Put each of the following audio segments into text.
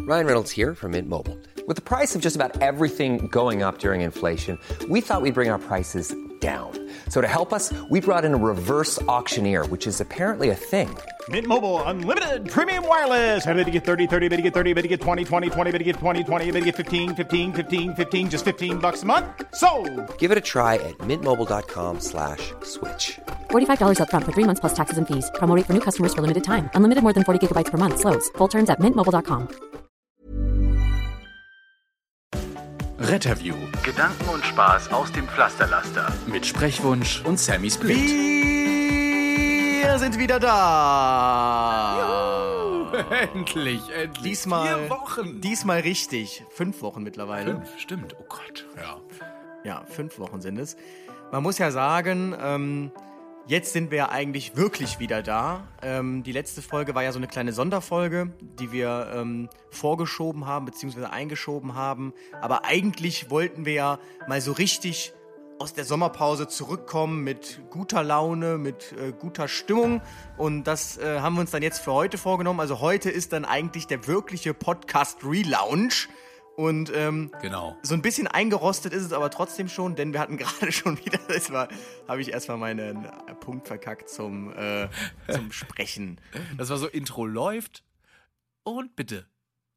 Ryan Reynolds here from Mint Mobile. With the price of just about everything going up during inflation, we thought we'd bring our prices down. So to help us, we brought in a reverse auctioneer, which is apparently a thing. Mint Mobile Unlimited Premium Wireless. How to get 30, 30, bit to get 30, bit to get 20, 20, 20, bit to get 20, 20, bit to get 15, 15, 15, 15, just $15 a month? Sold! Give it a try at mintmobile.com/switch. $45 up front for 3 months plus taxes and fees. Promo rate for new customers for limited time. Unlimited more than 40 gigabytes per month. Slows full terms at mintmobile.com. Retterview. Gedanken und Spaß aus dem Pflasterlaster. Mit Sprechwunsch und Sammy Split. Wir sind wieder da. Juhu. Endlich. Diesmal, 4 Wochen. Diesmal richtig. 5 Wochen mittlerweile. 5, stimmt. Oh Gott. Ja, 5 Wochen sind es. Man muss ja sagen, jetzt sind wir ja eigentlich wirklich wieder da. Die letzte Folge war ja so eine kleine Sonderfolge, die wir vorgeschoben haben, beziehungsweise eingeschoben haben. Aber eigentlich wollten wir ja mal so richtig aus der Sommerpause zurückkommen mit guter Laune, mit guter Stimmung. Und das haben wir uns dann jetzt für heute vorgenommen. Also heute ist dann eigentlich der wirkliche Podcast-Relaunch. Und genau. So ein bisschen eingerostet ist es aber trotzdem schon, denn wir hatten gerade schon wieder, habe ich erstmal meinen Punkt verkackt zum Sprechen. Das war so, Intro läuft und bitte.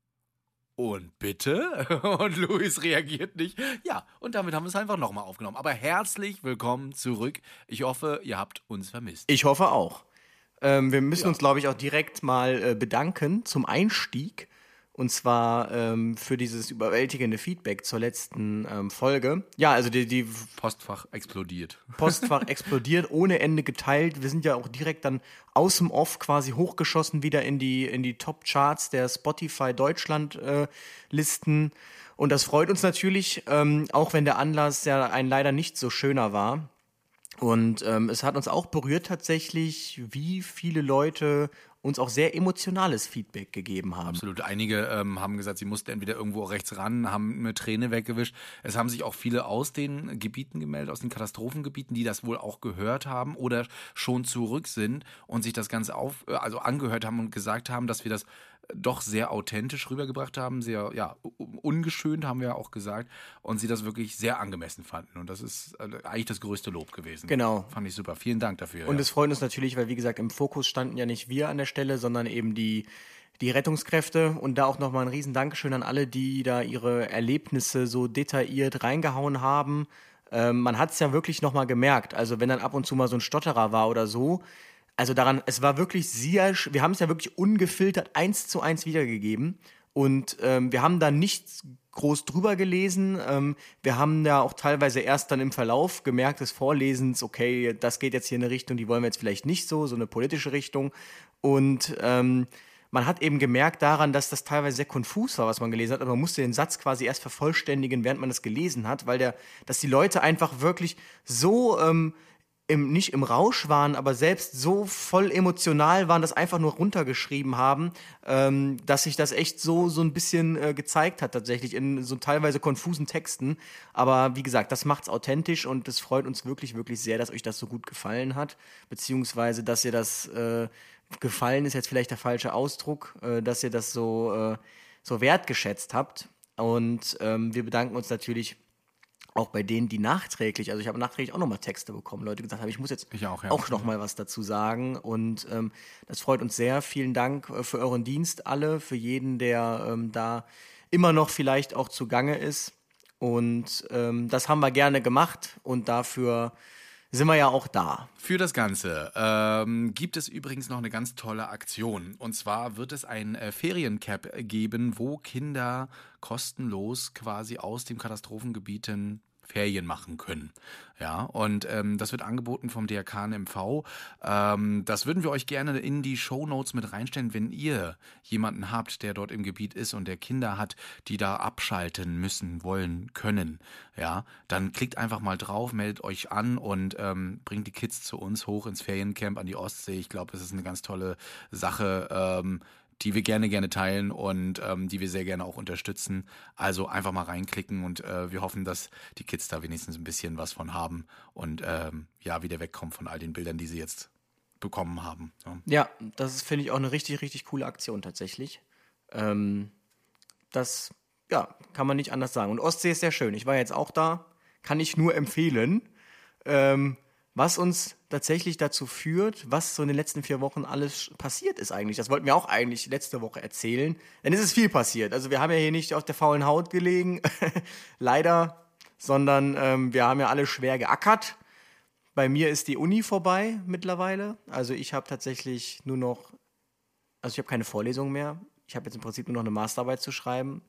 Und bitte? Und Luis reagiert nicht. Ja, und damit haben wir es einfach nochmal aufgenommen. Aber herzlich willkommen zurück. Ich hoffe, ihr habt uns vermisst. Ich hoffe auch. Wir müssen uns, glaube ich, auch direkt mal bedanken zum Einstieg. Und zwar für dieses überwältigende Feedback zur letzten Folge. Ja, also die Postfach explodiert. Postfach explodiert, ohne Ende geteilt. Wir sind ja auch direkt dann aus dem Off quasi hochgeschossen wieder in die Top-Charts der Spotify Deutschland-Listen. Und das freut uns natürlich, auch wenn der Anlass ja ein leider nicht so schöner war. Und es hat uns auch berührt tatsächlich, wie viele Leute uns auch sehr emotionales Feedback gegeben haben. Absolut. Einige haben gesagt, sie mussten entweder irgendwo rechts ran, haben eine Träne weggewischt. Es haben sich auch viele aus den Gebieten gemeldet, aus den Katastrophengebieten, die das wohl auch gehört haben oder schon zurück sind und sich das Ganze angehört haben und gesagt haben, dass wir das doch sehr authentisch rübergebracht haben, sehr ungeschönt, haben wir ja auch gesagt, und sie das wirklich sehr angemessen fanden. Und das ist eigentlich das größte Lob gewesen. Genau. Fand ich super. Vielen Dank dafür. Und es freut uns natürlich, weil, wie gesagt, im Fokus standen ja nicht wir an der Stelle, sondern eben die Rettungskräfte. Und da auch nochmal ein riesen Dankeschön an alle, die da ihre Erlebnisse so detailliert reingehauen haben. Man hat es ja wirklich nochmal gemerkt. Also wenn dann ab und zu mal so ein Stotterer war oder so, also daran, es war wirklich wir haben es ja wirklich ungefiltert 1:1 wiedergegeben und wir haben da nichts groß drüber gelesen. Wir haben ja auch teilweise erst dann im Verlauf gemerkt des Vorlesens, okay, das geht jetzt hier in eine Richtung, die wollen wir jetzt vielleicht nicht so eine politische Richtung. Und man hat eben gemerkt daran, dass das teilweise sehr konfus war, was man gelesen hat. Also man musste den Satz quasi erst vervollständigen, während man das gelesen hat, dass die Leute einfach wirklich so nicht im Rausch waren, aber selbst so voll emotional waren, das einfach nur runtergeschrieben haben, dass sich das echt so ein bisschen gezeigt hat tatsächlich in so teilweise konfusen Texten. Aber wie gesagt, das macht's authentisch und es freut uns wirklich, wirklich sehr, dass euch das so gut gefallen hat, beziehungsweise, dass ihr das gefallen ist jetzt vielleicht der falsche Ausdruck, dass ihr das so wertgeschätzt habt. Und wir bedanken uns natürlich auch bei denen, die nachträglich, also ich habe nachträglich auch nochmal Texte bekommen, Leute gesagt haben, ich muss jetzt auch nochmal was dazu sagen und das freut uns sehr. Vielen Dank für euren Dienst alle, für jeden, der da immer noch vielleicht auch zugange ist und das haben wir gerne gemacht und dafür sind wir ja auch da. Für das Ganze gibt es übrigens noch eine ganz tolle Aktion. Und zwar wird es ein Feriencamp geben, wo Kinder kostenlos quasi aus den Katastrophengebieten Ferien machen können. Ja, und das wird angeboten vom DRK MV. Das würden wir euch gerne in die Shownotes mit reinstellen, wenn ihr jemanden habt, der dort im Gebiet ist und der Kinder hat, die da abschalten müssen, wollen, können. Ja, dann klickt einfach mal drauf, meldet euch an und bringt die Kids zu uns hoch ins Feriencamp an die Ostsee. Ich glaube, es ist eine ganz tolle Sache, die wir gerne teilen und die wir sehr gerne auch unterstützen. Also einfach mal reinklicken und wir hoffen, dass die Kids da wenigstens ein bisschen was von haben und wieder wegkommen von all den Bildern, die sie jetzt bekommen haben. Ja, das finde ich auch eine richtig, richtig coole Aktion tatsächlich. das, ja, kann man nicht anders sagen. Und Ostsee ist sehr schön. Ich war jetzt auch da, kann ich nur empfehlen. Was uns tatsächlich dazu führt, was so in den letzten 4 Wochen alles passiert ist eigentlich. Das wollten wir auch eigentlich letzte Woche erzählen. Denn es ist viel passiert. Also wir haben ja hier nicht auf der faulen Haut gelegen, leider, sondern wir haben ja alle schwer geackert. Bei mir ist die Uni vorbei mittlerweile. Also ich habe tatsächlich ich habe keine Vorlesung mehr. Ich habe jetzt im Prinzip nur noch eine Masterarbeit zu schreiben.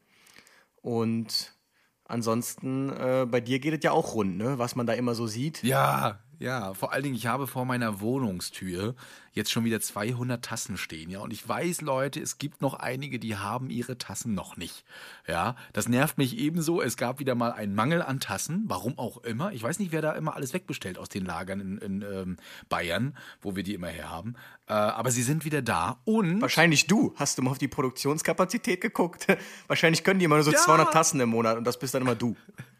Und ansonsten, bei dir geht es ja auch rund, ne? Was man da immer so sieht. Ja, vor allen Dingen, ich habe vor meiner Wohnungstür jetzt schon wieder 200 Tassen stehen, ja. Und ich weiß, Leute, es gibt noch einige, die haben ihre Tassen noch nicht. Ja, das nervt mich ebenso. Es gab wieder mal einen Mangel an Tassen, warum auch immer. Ich weiß nicht, wer da immer alles wegbestellt aus den Lagern in Bayern, wo wir die immer herhaben. Aber sie sind wieder da und... Wahrscheinlich du. Hast du mal auf die Produktionskapazität geguckt? Wahrscheinlich können die immer nur so 200 Tassen im Monat und das bist dann immer du.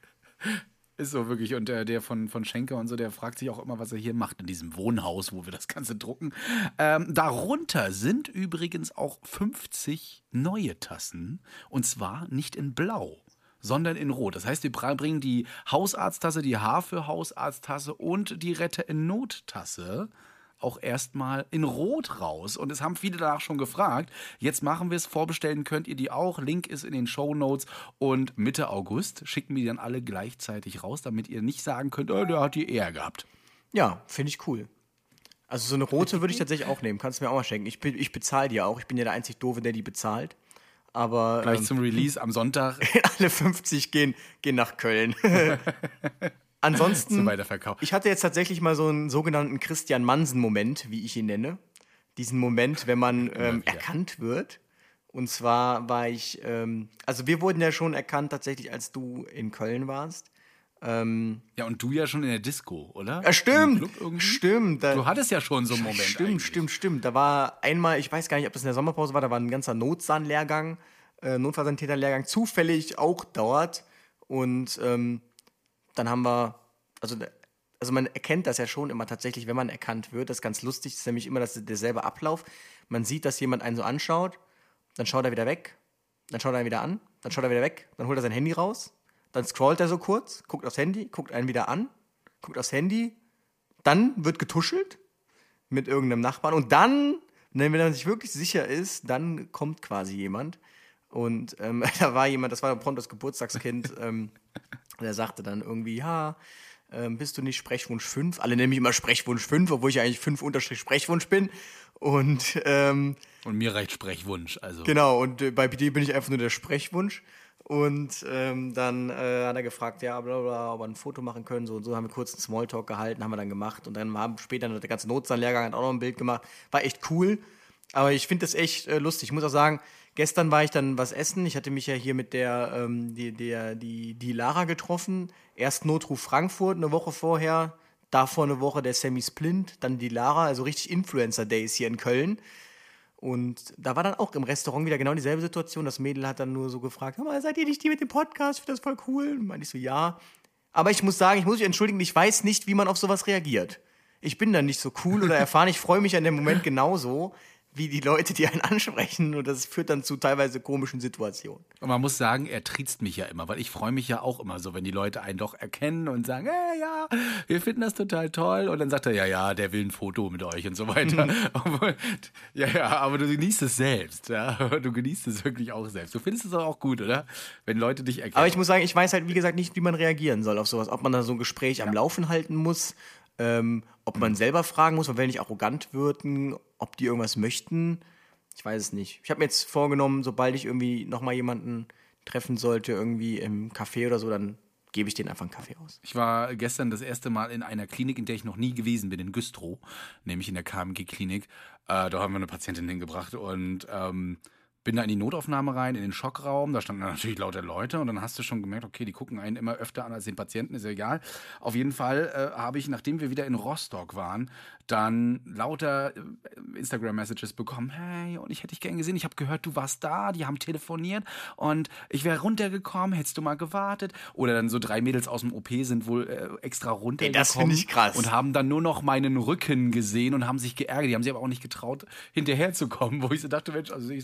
Ist so wirklich. Und der von Schenker und so, der fragt sich auch immer, was er hier macht in diesem Wohnhaus, wo wir das Ganze drucken. Darunter sind übrigens auch 50 neue Tassen. Und zwar nicht in Blau, sondern in Rot. Das heißt, wir bringen die Hausarzttasse, die Haar für Hausarzttasse und die Retter in Not-Tasse auch erstmal in Rot raus. Und es haben viele danach schon gefragt. Jetzt machen wir es. Vorbestellen könnt ihr die auch. Link ist in den Shownotes. Und Mitte August schicken wir die dann alle gleichzeitig raus, damit ihr nicht sagen könnt, der hat die eher gehabt. Ja, finde ich cool. Also so eine rote würde ich tatsächlich auch nehmen. Kannst du mir auch mal schenken. Ich bezahle die auch. Ich bin ja der einzig Doofe, der die bezahlt. Aber gleich zum Release am Sonntag. Alle 50 gehen nach Köln. Ansonsten, ich hatte jetzt tatsächlich mal so einen sogenannten Christian Mansen-Moment, wie ich ihn nenne. Diesen Moment, wenn man erkannt wird. Und zwar war ich, also wir wurden ja schon erkannt tatsächlich, als du in Köln warst. Ja, und du ja schon in der Disco, oder? Ja, stimmt. Stimmt. Du hattest ja schon so einen Moment. Stimmt. Da war einmal, ich weiß gar nicht, ob das in der Sommerpause war, da war ein ganzer Notfallsanitäterlehrgang zufällig auch dort. Und dann haben wir, also man erkennt das ja schon immer tatsächlich, wenn man erkannt wird. Das ist ganz lustig, das ist nämlich immer derselbe Ablauf. Man sieht, dass jemand einen so anschaut, dann schaut er wieder weg, dann schaut er einen wieder an, dann schaut er wieder weg, dann holt er sein Handy raus, dann scrollt er so kurz, guckt aufs Handy, guckt einen wieder an, guckt aufs Handy, dann wird getuschelt mit irgendeinem Nachbarn und dann, wenn man sich wirklich sicher ist, dann kommt quasi jemand. Und da war jemand, das war prompt das Geburtstagskind, der sagte dann irgendwie, bist du nicht Sprechwunsch 5? Alle nennen mich immer Sprechwunsch 5, obwohl ich eigentlich 5-Sprechwunsch bin. Und mir reicht Sprechwunsch. Also. Genau, und bei dir bin ich einfach nur der Sprechwunsch. Und dann hat er gefragt, ja, blablabla, ob wir ein Foto machen können. So und so haben wir kurz einen Smalltalk gehalten, haben wir dann gemacht. Und dann haben später der ganze Notsanlehrgang hat auch noch ein Bild gemacht. War echt cool. Aber ich finde das echt lustig. Ich muss auch sagen, gestern war ich dann was essen. Ich hatte mich ja hier mit der die Lara getroffen. Erst Notruf Frankfurt eine Woche vorher. Davor eine Woche der Sammy Splint. Dann die Lara, also richtig Influencer-Days hier in Köln. Und da war dann auch im Restaurant wieder genau dieselbe Situation. Das Mädel hat dann nur so gefragt, seid ihr nicht die mit dem Podcast? Ich finde das voll cool. Und meinte ich so, ja. Aber ich muss sagen, ich muss mich entschuldigen, ich weiß nicht, wie man auf sowas reagiert. Ich bin dann nicht so cool oder erfahren. Ich freue mich an dem Moment genauso wie die Leute, die einen ansprechen. Und das führt dann zu teilweise komischen Situationen. Und man muss sagen, er triezt mich ja immer, weil ich freue mich ja auch immer so, wenn die Leute einen doch erkennen und sagen, hey, ja, wir finden das total toll. Und dann sagt er, ja, der will ein Foto mit euch und so weiter. Aber du genießt es selbst. Ja? Du genießt es wirklich auch selbst. Du findest es auch gut, oder? Wenn Leute dich erkennen. Aber ich muss sagen, ich weiß halt, wie gesagt, nicht, wie man reagieren soll auf sowas. Ob man da so ein Gespräch am Laufen halten muss, ob man selber fragen muss, man will nicht arrogant wirken, ob die irgendwas möchten. Ich weiß es nicht. Ich habe mir jetzt vorgenommen, sobald ich irgendwie nochmal jemanden treffen sollte, irgendwie im Café oder so, dann gebe ich denen einfach einen Kaffee aus. Ich war gestern das erste Mal in einer Klinik, in der ich noch nie gewesen bin, in Güstrow, nämlich in der KMG-Klinik. Da haben wir eine Patientin hingebracht und bin da in die Notaufnahme rein, in den Schockraum, da standen natürlich lauter Leute und dann hast du schon gemerkt, okay, die gucken einen immer öfter an als den Patienten, ist ja egal. Auf jeden Fall habe ich, nachdem wir wieder in Rostock waren, dann lauter Instagram-Messages bekommen, hey, und ich hätte dich gern gesehen, ich habe gehört, du warst da, die haben telefoniert und ich wäre runtergekommen, hättest du mal gewartet. Oder dann so 3 Mädels aus dem OP sind wohl extra runtergekommen. Das finde ich krass. Und haben dann nur noch meinen Rücken gesehen und haben sich geärgert, die haben sich aber auch nicht getraut, hinterherzukommen, wo ich so dachte, Mensch, also ich so bedroht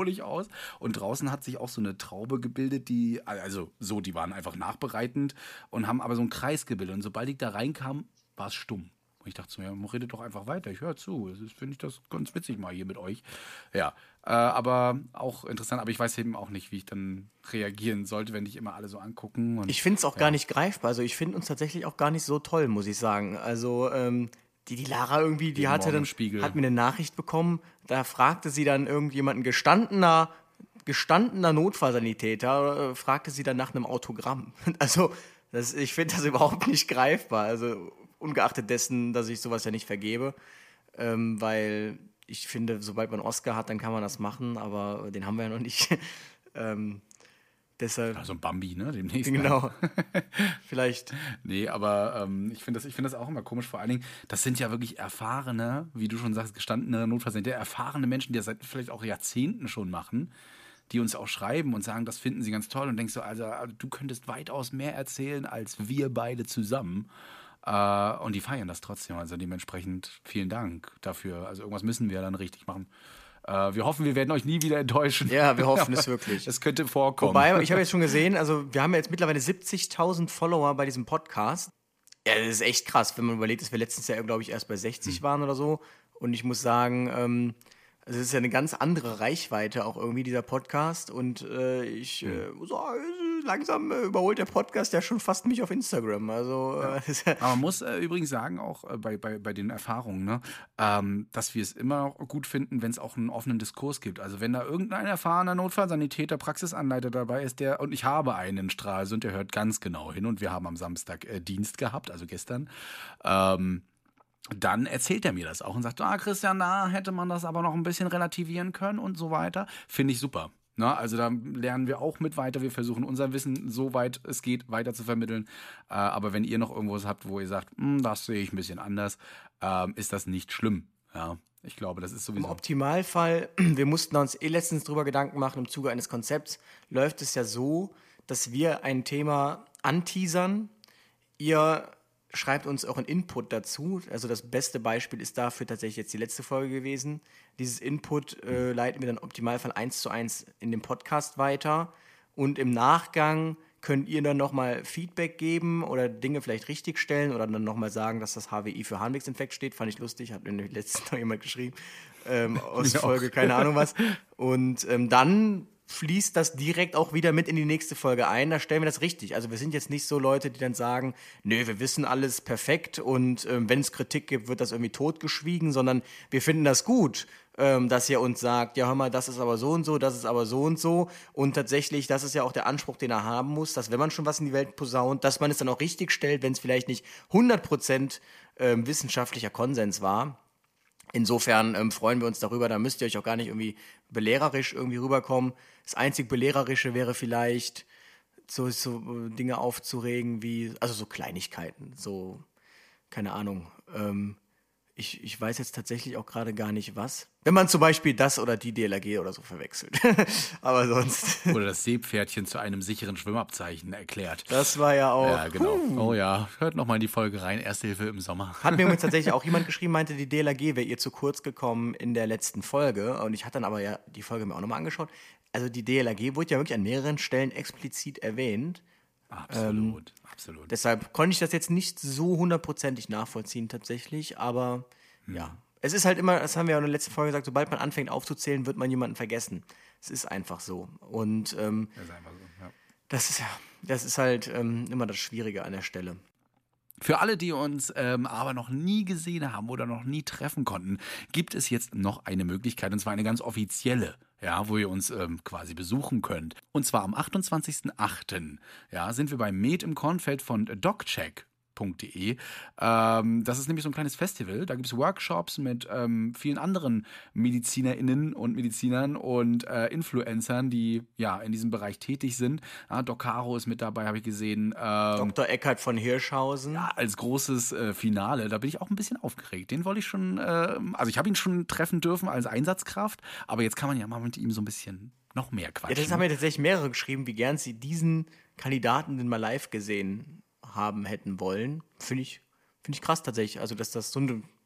bedrohlich aus. Und draußen hat sich auch so eine Traube gebildet, die waren einfach nachbereitend und haben aber so einen Kreis gebildet. Und sobald ich da reinkam, war es stumm. Und ich dachte so, ja, redet doch einfach weiter, ich höre zu. Finde ich das ganz witzig mal hier mit euch. Ja, aber auch interessant. Aber ich weiß eben auch nicht, wie ich dann reagieren sollte, wenn dich immer alle so angucken. Und, ich finde es auch gar nicht greifbar. Also ich finde uns tatsächlich auch gar nicht so toll, muss ich sagen. Also die Lara irgendwie, die hat mir eine Nachricht bekommen, da fragte sie dann irgendjemanden, gestandener Notfallsanitäter, fragte sie dann nach einem Autogramm. Also ich finde das überhaupt nicht greifbar. Also ungeachtet dessen, dass ich sowas ja nicht vergebe, weil ich finde, sobald man Oscar hat, dann kann man das machen, aber den haben wir ja noch nicht. Deshalb. Also ein Bambi, ne? Demnächst. Genau. Vielleicht. Nee, aber ich finde das auch immer komisch. Vor allen Dingen, das sind ja wirklich erfahrene, wie du schon sagst, gestandene Notfallsanitäter, erfahrene Menschen, die das seit vielleicht auch Jahrzehnten schon machen, die uns auch schreiben und sagen, das finden sie ganz toll und denkst so, also du könntest weitaus mehr erzählen als wir beide zusammen. Und die feiern das trotzdem. Also dementsprechend vielen Dank dafür. Also irgendwas müssen wir dann richtig machen. Wir hoffen, wir werden euch nie wieder enttäuschen. Ja, wir hoffen es wirklich. Es könnte vorkommen. Wobei, ich habe jetzt schon gesehen, also wir haben jetzt mittlerweile 70.000 Follower bei diesem Podcast. Ja, das ist echt krass, wenn man überlegt, dass wir letztes Jahr, glaube ich, erst bei 60 waren oder so. Und ich muss sagen, es ist ja eine ganz andere Reichweite auch irgendwie, dieser Podcast. Und ich muss sagen, langsam überholt der Podcast ja schon fast mich auf Instagram. Also, aber man muss übrigens sagen, auch bei den Erfahrungen, ne, dass wir es immer gut finden, wenn es auch einen offenen Diskurs gibt. Also wenn da irgendein erfahrener Notfallsanitäter, Praxisanleiter dabei ist, und ich habe einen in Stralsund, der hört ganz genau hin und wir haben am Samstag Dienst gehabt, also gestern, dann erzählt er mir das auch und sagt, Christian, da hätte man das aber noch ein bisschen relativieren können und so weiter. Finde ich super. Na, also da lernen wir auch mit weiter. Wir versuchen unser Wissen, so weit es geht, weiter zu vermitteln. Aber wenn ihr noch irgendwas habt, wo ihr sagt, das sehe ich ein bisschen anders, ist das nicht schlimm. Ja, ich glaube, das ist sowieso... Im Optimalfall, wir mussten uns letztens drüber Gedanken machen, im Zuge eines Konzepts, läuft es ja so, dass wir ein Thema anteasern, ihr schreibt uns auch einen Input dazu. Also das beste Beispiel ist dafür tatsächlich jetzt die letzte Folge gewesen. Dieses Input leiten wir dann im Optimalfall 1:1 in dem Podcast weiter. Und im Nachgang könnt ihr dann nochmal Feedback geben oder Dinge vielleicht richtigstellen oder dann nochmal sagen, dass das HWI für Harnwegsinfekt steht. Fand ich lustig, hat mir letztens noch jemand geschrieben. Aus Folge, keine Ahnung was. Und dann fließt das direkt auch wieder mit in die nächste Folge ein. Da stellen wir das richtig. Also wir sind jetzt nicht so Leute, die dann sagen, nö, wir wissen alles perfekt und wenn es Kritik gibt, wird das irgendwie totgeschwiegen, sondern wir finden das gut, dass ihr uns sagt, ja hör mal, das ist aber so und so, das ist aber so und so. Und tatsächlich, das ist ja auch der Anspruch, den er haben muss, dass wenn man schon was in die Welt posaunt, dass man es dann auch richtig stellt, wenn es vielleicht nicht 100% wissenschaftlicher Konsens war. Insofern freuen wir uns darüber, da müsst ihr euch auch gar nicht irgendwie belehrerisch irgendwie rüberkommen. Das einzig Belehrerische wäre vielleicht, so Dinge aufzuregen wie, also so Kleinigkeiten, so, keine Ahnung, ich weiß jetzt tatsächlich auch gerade gar nicht was. Wenn man zum Beispiel das oder die DLRG oder so verwechselt. Aber sonst. Oder das Seepferdchen zu einem sicheren Schwimmabzeichen erklärt. Das war ja auch. Ja, genau. Oh ja, hört nochmal in die Folge rein. Erste Hilfe im Sommer. Hat mir übrigens tatsächlich auch jemand geschrieben, meinte, die DLRG wäre ihr zu kurz gekommen in der letzten Folge. Und ich hatte dann aber ja die Folge mir auch nochmal angeschaut. Also die DLRG wurde ja wirklich an mehreren Stellen explizit erwähnt. Absolut, absolut. Deshalb konnte ich das jetzt nicht so 100%ig nachvollziehen tatsächlich, aber ja. Es ist halt immer, das haben wir ja in der letzten Folge gesagt, sobald man anfängt aufzuzählen, wird man jemanden vergessen. Es ist einfach so. Und das ist einfach so, ja. Das ist halt immer das Schwierige an der Stelle. Für alle, die uns aber noch nie gesehen haben oder noch nie treffen konnten, gibt es jetzt noch eine Möglichkeit, und zwar eine ganz offizielle, ja, wo ihr uns quasi besuchen könnt. Und zwar am 28.08. Ja, sind wir bei Med im Kornfeld von DocCheck. Das ist nämlich so ein kleines Festival. Da gibt es Workshops mit vielen anderen MedizinerInnen und Medizinern und Influencern, die ja in diesem Bereich tätig sind. Ja, Doc Caro ist mit dabei, habe ich gesehen. Dr. Eckhard von Hirschhausen. Ja, als großes Finale. Da bin ich auch ein bisschen aufgeregt. Den wollte ich schon, also ich habe ihn schon treffen dürfen als Einsatzkraft, aber jetzt kann man ja mal mit ihm so ein bisschen noch mehr quatschen. Ja, das haben mir tatsächlich mehrere geschrieben, wie gern sie diesen Kandidaten denn mal live gesehen haben hätten wollen. Finde ich krass tatsächlich. Also, dass das so eine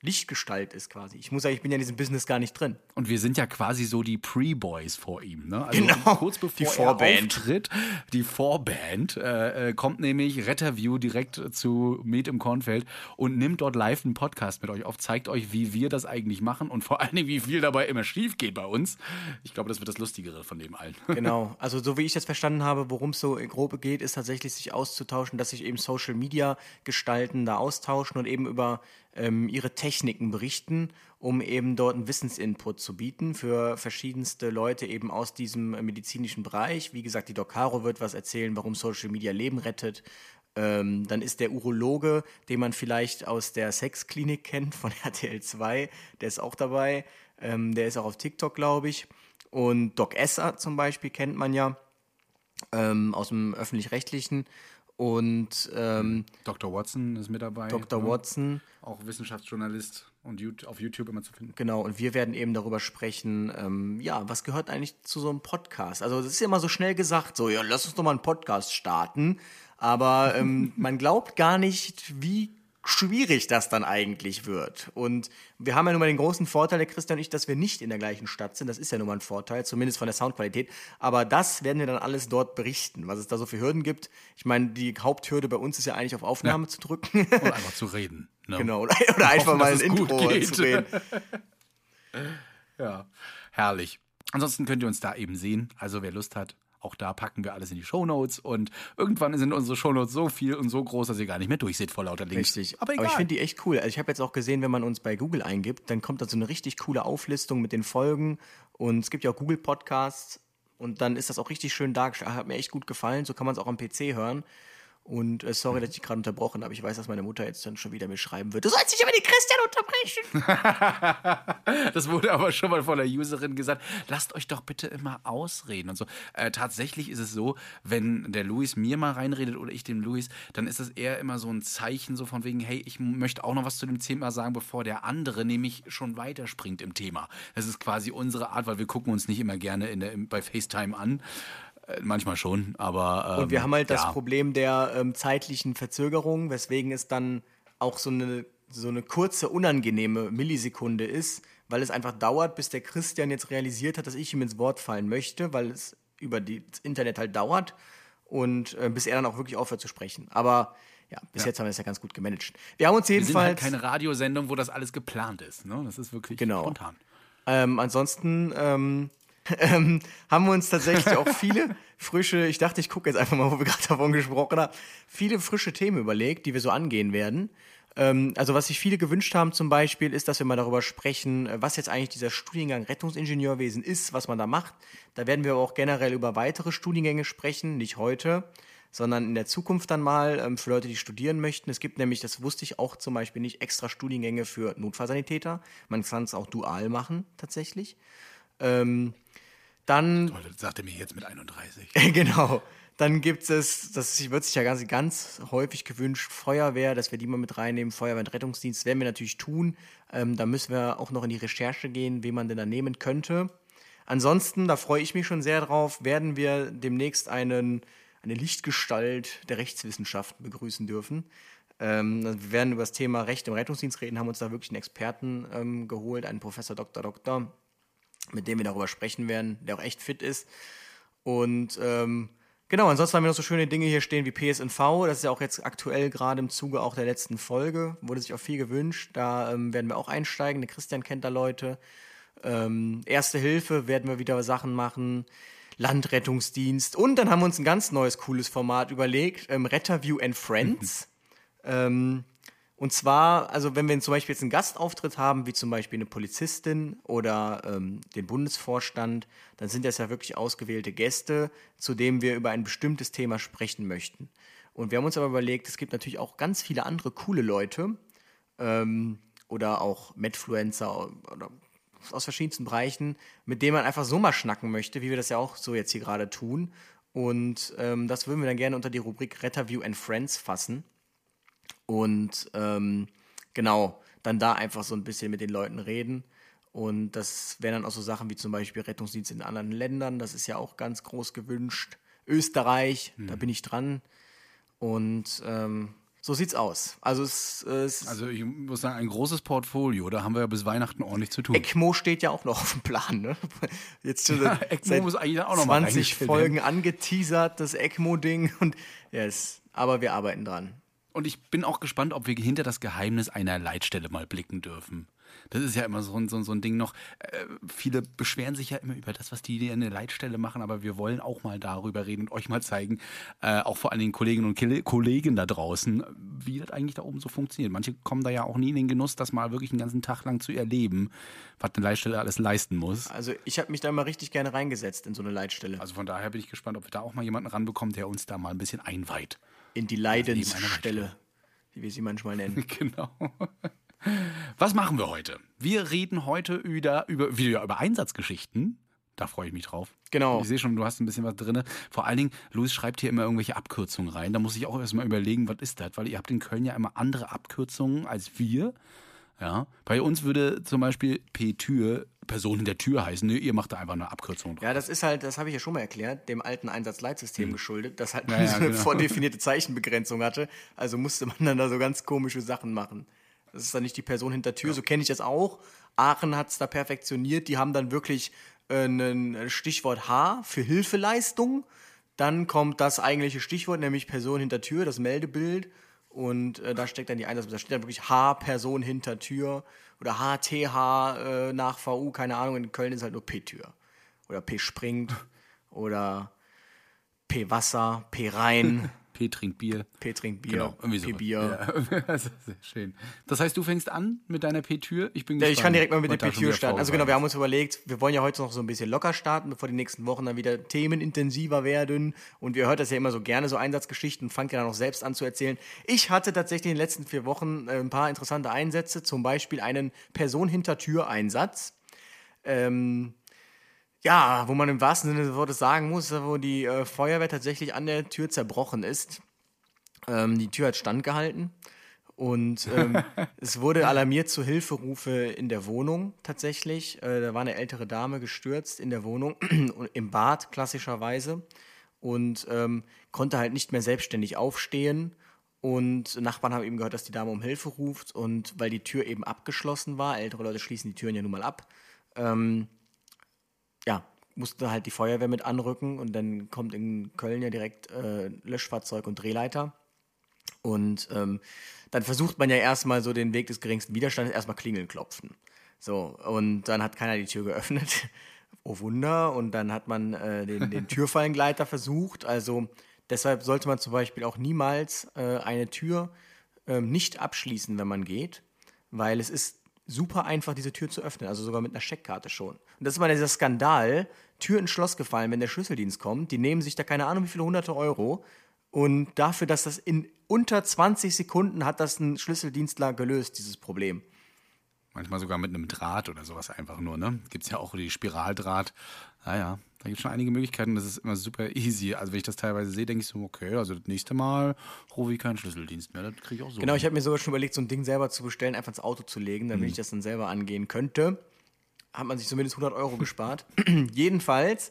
Lichtgestalt ist quasi. Ich muss sagen, ich bin ja in diesem Business gar nicht drin. Und wir sind ja quasi so die Pre-Boys vor ihm. Ne? Also Genau, kurz bevor die er Vorband. auftritt, die Vorband, kommt nämlich Retterview direkt zu Med im Kornfeld und nimmt dort live einen Podcast mit euch auf, zeigt euch, wie wir das eigentlich machen und vor allen Dingen, wie viel dabei immer schief geht bei uns. Ich glaube, das wird das Lustigere von dem allen. Genau, also so wie ich das verstanden habe, worum es so grob geht, ist tatsächlich sich auszutauschen, dass sich eben Social-Media-Gestalten da austauschen und eben über ihre Techniken berichten, um eben dort einen Wissensinput zu bieten für verschiedenste Leute eben aus diesem medizinischen Bereich. Wie gesagt, die Doc Caro wird was erzählen, warum Social Media Leben rettet. Dann ist der Urologe, den man vielleicht aus der Sexklinik kennt, von RTL 2, der ist auch dabei. Der ist auch auf TikTok, glaube ich. Und Doc Esser zum Beispiel kennt man ja aus dem Öffentlich-Rechtlichen. Und Dr. Watson ist mit dabei. Dr. Watson. Auch Wissenschaftsjournalist und auf YouTube immer zu finden. Genau, und wir werden eben darüber sprechen, was gehört eigentlich zu so einem Podcast? Also das ist ja immer so schnell gesagt, so, ja, lass uns doch mal einen Podcast starten. Aber man glaubt gar nicht, wie schwierig das dann eigentlich wird. Und wir haben ja nun mal den großen Vorteil, der Christian und ich, dass wir nicht in der gleichen Stadt sind. Das ist ja nun mal ein Vorteil, zumindest von der Soundqualität. Aber das werden wir dann alles dort berichten, was es da so für Hürden gibt. Ich meine, die Haupthürde bei uns ist ja eigentlich auf Aufnahme zu drücken. Und einfach zu reden. Ne? Genau, oder einfach mal ein Intro zu reden. Ja, herrlich. Ansonsten könnt ihr uns da eben sehen. Also wer Lust hat, auch da packen wir alles in die Shownotes. Und irgendwann sind unsere Shownotes so viel und so groß, dass ihr gar nicht mehr durchseht vor lauter Links. Richtig. Aber egal. Ich finde die echt cool. Also ich habe jetzt auch gesehen, wenn man uns bei Google eingibt, dann kommt da so eine richtig coole Auflistung mit den Folgen. Und es gibt ja auch Google Podcasts. Und dann ist das auch richtig schön dargestellt. Hat mir echt gut gefallen. So kann man es auch am PC hören. Und sorry, dass ich gerade unterbrochen habe. Ich weiß, dass meine Mutter jetzt dann schon wieder mir schreiben wird. Du sollst nicht immer den Christian unterbrechen. Das wurde aber schon mal von der Userin gesagt. Lasst euch doch bitte immer ausreden und so. Tatsächlich ist es so, wenn der Luis mir mal reinredet oder ich dem Luis, dann ist das eher immer so ein Zeichen so von wegen, hey, ich möchte auch noch was zu dem Thema sagen, bevor der andere nämlich schon weiterspringt im Thema. Das ist quasi unsere Art, weil wir gucken uns nicht immer gerne bei FaceTime an. Manchmal schon, aber und wir haben halt das Problem der zeitlichen Verzögerung, weswegen es dann auch so eine kurze, unangenehme Millisekunde ist, weil es einfach dauert, bis der Christian jetzt realisiert hat, dass ich ihm ins Wort fallen möchte, weil es über das Internet halt dauert und bis er dann auch wirklich aufhört zu sprechen. Aber ja, bis jetzt haben wir es ja ganz gut gemanagt. Wir haben uns jedenfalls... Wir sind halt keine Radiosendung, wo das alles geplant ist. Ne? Das ist wirklich spontan. Ansonsten... haben wir uns tatsächlich auch viele frische, ich dachte, ich gucke jetzt einfach mal, wo wir gerade davon gesprochen haben, viele frische Themen überlegt, die wir so angehen werden. Also was sich viele gewünscht haben zum Beispiel, ist, dass wir mal darüber sprechen, was jetzt eigentlich dieser Studiengang Rettungsingenieurwesen ist, was man da macht. Da werden wir aber auch generell über weitere Studiengänge sprechen, nicht heute, sondern in der Zukunft dann mal für Leute, die studieren möchten. Es gibt nämlich, das wusste ich auch zum Beispiel nicht, extra Studiengänge für Notfallsanitäter. Man kann es auch dual machen, tatsächlich. Dann, toll, das sagt er mir jetzt mit 31. Genau. Dann gibt es, das wird sich ja ganz häufig gewünscht, Feuerwehr, dass wir die mal mit reinnehmen. Feuerwehr und Rettungsdienst werden wir natürlich tun. Da müssen wir auch noch in die Recherche gehen, wen man denn da nehmen könnte. Ansonsten, da freue ich mich schon sehr drauf, werden wir demnächst eine Lichtgestalt der Rechtswissenschaften begrüßen dürfen. Wir werden über das Thema Recht im Rettungsdienst reden, haben uns da wirklich einen Experten geholt, einen Professor Doktor, mit dem wir darüber sprechen werden, der auch echt fit ist. Und genau, ansonsten haben wir noch so schöne Dinge hier stehen wie PSNV. Das ist ja auch jetzt aktuell gerade im Zuge auch der letzten Folge. Wurde sich auch viel gewünscht. Da werden wir auch einsteigen. Der Christian kennt da Leute. Erste Hilfe werden wir wieder Sachen machen. Landrettungsdienst. Und dann haben wir uns ein ganz neues, cooles Format überlegt. Retterview and Friends. Und zwar, also wenn wir zum Beispiel jetzt einen Gastauftritt haben, wie zum Beispiel eine Polizistin oder den Bundesvorstand, dann sind das ja wirklich ausgewählte Gäste, zu denen wir über ein bestimmtes Thema sprechen möchten. Und wir haben uns aber überlegt, es gibt natürlich auch ganz viele andere coole Leute oder auch Medfluencer oder aus verschiedensten Bereichen, mit denen man einfach so mal schnacken möchte, wie wir das ja auch so jetzt hier gerade tun. Und das würden wir dann gerne unter die Rubrik Retterview and Friends fassen. Und genau, dann da einfach so ein bisschen mit den Leuten reden. Und das wären dann auch so Sachen wie zum Beispiel Rettungsdienst in anderen Ländern. Das ist ja auch ganz groß gewünscht. Österreich, da bin ich dran. Und So sieht's aus. Also Also ich muss sagen, ein großes Portfolio, da haben wir ja bis Weihnachten ordentlich zu tun. ECMO steht ja auch noch auf dem Plan, ne? Jetzt schon ECMO muss eigentlich auch noch mal 20 reingestellt Folgen angeteasert, das ECMO-Ding. Und yes, aber wir arbeiten dran. Und ich bin auch gespannt, ob wir hinter das Geheimnis einer Leitstelle mal blicken dürfen. Das ist ja immer so ein Ding noch. Viele beschweren sich ja immer über das, was die in der Leitstelle machen, aber wir wollen auch mal darüber reden und euch mal zeigen, auch vor allen Dingen Kolleginnen und Kollegen da draußen, wie das eigentlich da oben so funktioniert. Manche kommen da ja auch nie in den Genuss, das mal wirklich einen ganzen Tag lang zu erleben, was eine Leitstelle alles leisten muss. Also ich habe mich da immer richtig gerne reingesetzt in so eine Leitstelle. Also von daher bin ich gespannt, ob wir da auch mal jemanden ranbekommen, der uns da mal ein bisschen einweiht. In die Leidensstelle, wie wir sie manchmal nennen. Genau. Was machen wir heute? Wir reden heute über Einsatzgeschichten. Da freue ich mich drauf. Genau. Ich sehe schon, du hast ein bisschen was drin. Vor allen Dingen, Luis schreibt hier immer irgendwelche Abkürzungen rein. Da muss ich auch erstmal überlegen, was ist das? Weil ihr habt in Köln ja immer andere Abkürzungen als wir. Ja. Bei uns würde zum Beispiel P-Tür Person in der Tür heißen. Nee, ihr macht da einfach eine Abkürzung drauf. Ja, das ist halt, das habe ich ja schon mal erklärt, dem alten Einsatzleitsystem geschuldet, das halt so Ja, eine genau. vordefinierte Zeichenbegrenzung hatte. Also musste man dann da so ganz komische Sachen machen. Das ist dann nicht die Person hinter Tür, so kenne ich das auch. Aachen hat es da perfektioniert. Die haben dann wirklich ein Stichwort H für Hilfeleistung. Dann kommt das eigentliche Stichwort, nämlich Person hinter Tür, das Meldebild. Und da steckt dann die Einsatz. Da steht dann wirklich H, Person hinter Tür. Oder HTH nach VU, keine Ahnung. In Köln ist halt nur P-Tür. Oder P springt. Oder P Wasser, P Rhein. P trinkt Bier. P trinkt Bier. Genau, irgendwie P so. Bier. Ja, das ist sehr schön. Das heißt, du fängst an mit deiner P-Tür? Ich bin Ja, gespannt. ich kann direkt mal mit der was da schon P-Tür wieder starten. Also genau, wir vorbereitet haben uns überlegt, wir wollen ja heute noch so ein bisschen locker starten, bevor die nächsten Wochen dann wieder themenintensiver werden. Und ihr hört das ja immer so gerne, so Einsatzgeschichten, und fangt ja dann auch selbst an zu erzählen. Ich hatte tatsächlich in den letzten 4 Wochen ein paar interessante Einsätze, zum Beispiel einen Person-Hinter-Tür-Einsatz. Ja, wo man im wahrsten Sinne des Wortes sagen muss, wo die Feuerwehr tatsächlich an der Tür zerbrochen ist. Die Tür hat standgehalten und es wurde alarmiert zu Hilferufe in der Wohnung tatsächlich. Da war eine ältere Dame gestürzt in der Wohnung, im Bad klassischerweise und konnte halt nicht mehr selbstständig aufstehen. Und Nachbarn haben eben gehört, dass die Dame um Hilfe ruft und weil die Tür eben abgeschlossen war, ältere Leute schließen die Türen ja nun mal ab, musste halt die Feuerwehr mit anrücken und dann kommt in Köln ja direkt Löschfahrzeug und Drehleiter. Und dann versucht man ja erstmal so den Weg des geringsten Widerstandes, erstmal klingeln, klopfen. So, und dann hat keiner die Tür geöffnet. Oh Wunder. Und dann hat man den Türfallengleiter versucht. Also deshalb sollte man zum Beispiel auch niemals eine Tür nicht abschließen, wenn man geht, weil es ist super einfach, diese Tür zu öffnen, also sogar mit einer Scheckkarte schon. Und das ist immer dieser Skandal, Tür ins Schloss gefallen, wenn der Schlüsseldienst kommt, die nehmen sich da keine Ahnung wie viele hunderte Euro und dafür, dass das in unter 20 Sekunden hat das ein Schlüsseldienstler gelöst, dieses Problem. Manchmal sogar mit einem Draht oder sowas einfach nur, ne? Gibt's ja auch die Spiraldraht. Naja, da gibt es schon einige Möglichkeiten. Das ist immer super easy. Also wenn ich das teilweise sehe, denke ich so, okay, also das nächste Mal rufe ich keinen Schlüsseldienst mehr. Das kriege ich auch so. Genau, ich habe mir sogar schon überlegt, so ein Ding selber zu bestellen, einfach ins Auto zu legen, damit ich das dann selber angehen könnte. Hat man sich zumindest 100 Euro gespart. Jedenfalls,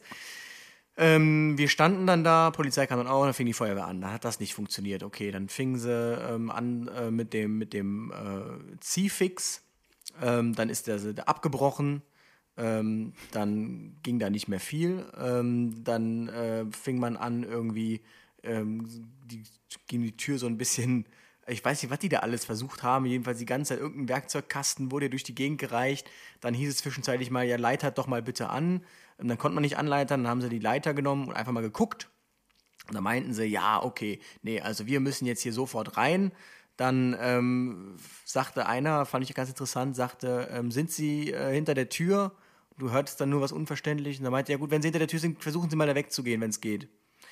wir standen dann da, Polizei kam dann auch, dann fing die Feuerwehr an. Dann hat das nicht funktioniert. Okay, dann fingen sie an mit dem Ziehfix. Dann ist der abgebrochen. Dann ging da nicht mehr viel. Dann fing man an, irgendwie ging die Tür so ein bisschen, ich weiß nicht, was die da alles versucht haben, jedenfalls die ganze Zeit irgendein Werkzeugkasten wurde durch die Gegend gereicht. Dann hieß es zwischenzeitlich mal, ja, leitert doch mal bitte an. Und dann konnte man nicht anleitern, dann haben sie die Leiter genommen und einfach mal geguckt. Und dann meinten sie, ja, okay, nee, also wir müssen jetzt hier sofort rein. Dann sagte einer, fand ich ganz interessant, sagte, sind Sie hinter der Tür? Du hörtest dann nur was Unverständliches. Und dann meinte er, ja gut, wenn Sie hinter der Tür sind, versuchen Sie mal da wegzugehen, wenn es geht.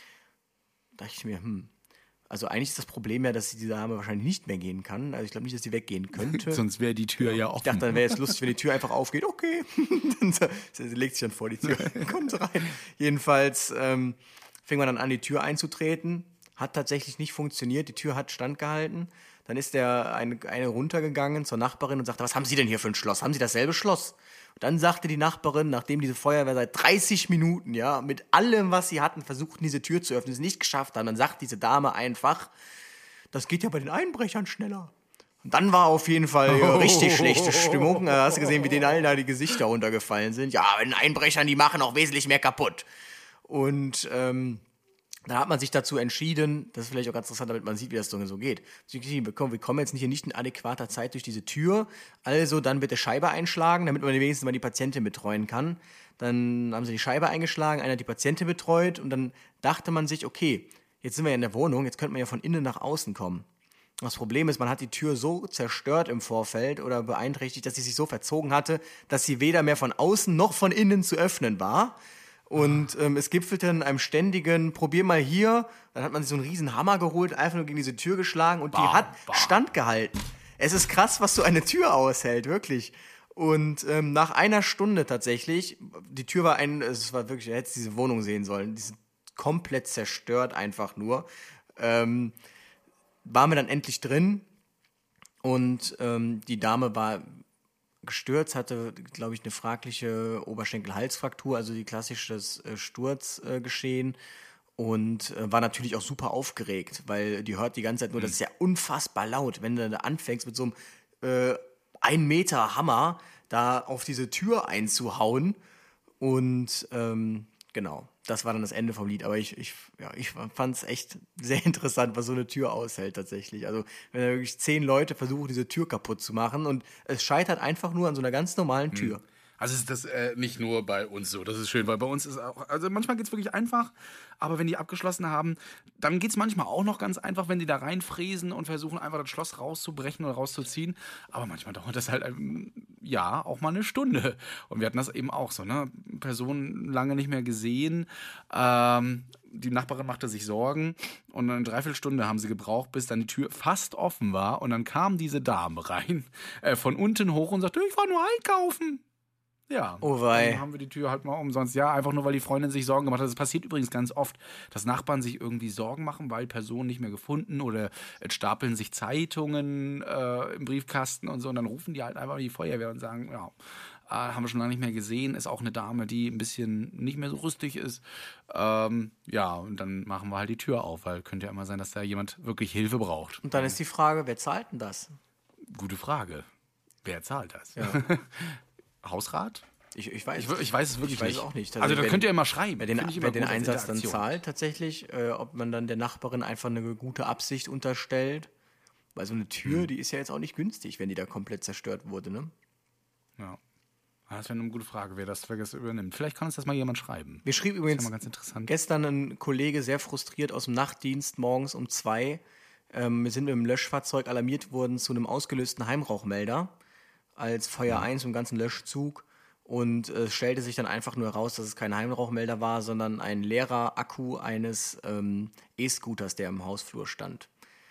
Da dachte ich mir, also eigentlich ist das Problem ja, dass diese Dame wahrscheinlich nicht mehr gehen kann. Also ich glaube nicht, dass sie weggehen könnte. Sonst wäre die Tür ja offen. Ich dachte, dann wäre es lustig, wenn die Tür einfach aufgeht. Okay. Sie legt sich dann vor die Tür, kommt rein. Jedenfalls fing man dann an, die Tür einzutreten. Hat tatsächlich nicht funktioniert. Die Tür hat standgehalten. Dann ist eine runtergegangen zur Nachbarin und sagte, was haben Sie denn hier für ein Schloss? Haben Sie dasselbe Schloss? Und dann sagte die Nachbarin, nachdem diese Feuerwehr seit 30 Minuten, mit allem, was sie hatten, versuchten, diese Tür zu öffnen, es nicht geschafft haben, dann sagt diese Dame einfach, das geht ja bei den Einbrechern schneller. Und dann war auf jeden Fall richtig schlechte Stimmung. Da hast du gesehen, wie denen allen da die Gesichter runtergefallen sind. Ja, bei den Einbrechern, die machen auch wesentlich mehr kaputt. Und da hat man sich dazu entschieden, das ist vielleicht auch ganz interessant, damit man sieht, wie das so geht. Wir kommen jetzt nicht in adäquater Zeit durch diese Tür, also dann bitte Scheibe einschlagen, damit man wenigstens mal die Patientin betreuen kann. Dann haben sie die Scheibe eingeschlagen, einer hat die Patientin betreut und dann dachte man sich, okay, jetzt sind wir ja in der Wohnung, jetzt könnte man ja von innen nach außen kommen. Das Problem ist, man hat die Tür so zerstört im Vorfeld oder beeinträchtigt, dass sie sich so verzogen hatte, dass sie weder mehr von außen noch von innen zu öffnen war. Und es gipfelte in einem ständigen, probier mal hier. Dann hat man sich so einen riesen Hammer geholt, einfach nur gegen diese Tür geschlagen und die hat standgehalten. Es ist krass, was so eine Tür aushält, wirklich. Und nach einer Stunde tatsächlich, die Tür war es war wirklich, du hättest diese Wohnung sehen sollen, die ist komplett zerstört einfach nur. Waren wir dann endlich drin und die Dame war gestürzt, hatte, glaube ich, eine fragliche Oberschenkel-Halsfraktur, also die klassisches Sturzgeschehen und war natürlich auch super aufgeregt, weil die hört die ganze Zeit nur, das ist ja unfassbar laut, wenn du da anfängst mit so einem 1 Meter Hammer da auf diese Tür einzuhauen und genau, das war dann das Ende vom Lied, aber ich fand es echt sehr interessant, was so eine Tür aushält tatsächlich. Also wenn da wirklich 10 Leute versuchen, diese Tür kaputt zu machen und es scheitert einfach nur an so einer ganz normalen Tür. Also ist das nicht nur bei uns so, das ist schön, weil bei uns ist auch, also manchmal geht es wirklich einfach, aber wenn die abgeschlossen haben, dann geht es manchmal auch noch ganz einfach, wenn die da reinfräsen und versuchen einfach das Schloss rauszubrechen oder rauszuziehen, aber manchmal dauert das halt, auch mal eine Stunde und wir hatten das eben auch so, ne, Person lange nicht mehr gesehen, die Nachbarin machte sich Sorgen und eine Dreiviertelstunde haben sie gebraucht, bis dann die Tür fast offen war und dann kam diese Dame rein, von unten hoch und sagte, ich war nur einkaufen. Ja, oh wei. Dann haben wir die Tür halt mal umsonst. Ja, einfach nur, weil die Freundin sich Sorgen gemacht hat. Das passiert übrigens ganz oft, dass Nachbarn sich irgendwie Sorgen machen, weil Personen nicht mehr gefunden oder es stapeln sich Zeitungen im Briefkasten und so. Und dann rufen die halt einfach die Feuerwehr und sagen, ja, haben wir schon lange nicht mehr gesehen. Ist auch eine Dame, die ein bisschen nicht mehr so rüstig ist. Und dann machen wir halt die Tür auf, weil könnte ja immer sein, dass da jemand wirklich Hilfe braucht. Und dann ist die Frage, wer zahlt denn das? Gute Frage. Wer zahlt das? Ja. Hausrat? Ich weiß es wirklich nicht. Ich weiß auch nicht. Also da könnt ihr immer schreiben. Wer den Einsatz dann zahlt tatsächlich, ob man dann der Nachbarin einfach eine gute Absicht unterstellt. Weil so eine Tür, die ist ja jetzt auch nicht günstig, wenn die da komplett zerstört wurde, ne? Ja. Das wäre eine gute Frage, wer das übernimmt. Vielleicht kann uns das mal jemand schreiben. Wir schrieb übrigens ganz interessant. Gestern ein Kollege sehr frustriert aus dem Nachtdienst morgens um 2. Wir sind mit dem Löschfahrzeug alarmiert worden zu einem ausgelösten Heimrauchmelder als Feuer 1 im ganzen Löschzug und es stellte sich dann einfach nur heraus, dass es kein Heimrauchmelder war, sondern ein leerer Akku eines E-Scooters, der im Hausflur stand.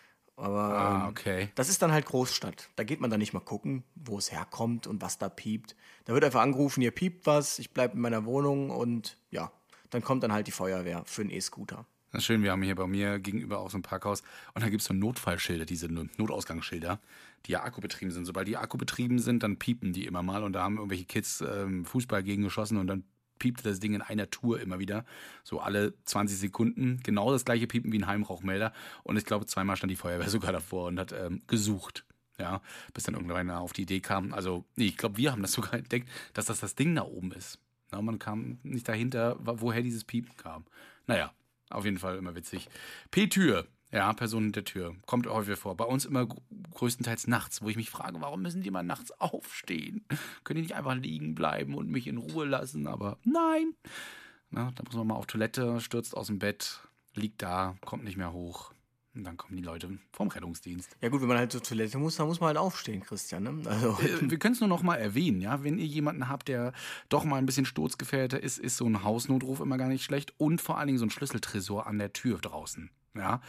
Aber okay. Das ist dann halt Großstadt. Da geht man dann nicht mal gucken, wo es herkommt und was da piept. Da wird einfach angerufen, hier piept was, ich bleibe in meiner Wohnung und ja, dann kommt dann halt die Feuerwehr für einen E-Scooter. Das ist schön, wir haben hier bei mir gegenüber auch so ein Parkhaus und da gibt es so Notfallschilder, diese Notausgangsschilder, die ja akkubetrieben sind. Sobald die akkubetrieben sind, dann piepen die immer mal und da haben irgendwelche Kids Fußball gegen geschossen und dann piepte das Ding in einer Tour immer wieder, so alle 20 Sekunden, genau das gleiche Piepen wie ein Heimrauchmelder und ich glaube, zweimal stand die Feuerwehr sogar davor und hat gesucht. Ja, bis dann irgendwann auf die Idee kam, also ich glaube, wir haben das sogar entdeckt, dass das Ding da oben ist. Ja, man kam nicht dahinter, woher dieses Piepen kam. Naja. Auf jeden Fall immer witzig. P-Tür, ja, Person hinter der Tür, kommt häufig vor. Bei uns immer größtenteils nachts, wo ich mich frage, warum müssen die mal nachts aufstehen? Können die nicht einfach liegen bleiben und mich in Ruhe lassen? Aber nein. Na, da muss man mal auf Toilette, stürzt aus dem Bett, liegt da, kommt nicht mehr hoch. Und dann kommen die Leute vom Rettungsdienst. Ja gut, wenn man halt zur Toilette muss, dann muss man halt aufstehen, Christian. Ne? Also. Wir können es nur noch mal erwähnen, ja. Wenn ihr jemanden habt, der doch mal ein bisschen sturzgefährdeter ist, ist so ein Hausnotruf immer gar nicht schlecht. Und vor allen Dingen so ein Schlüsseltresor an der Tür draußen. Ja,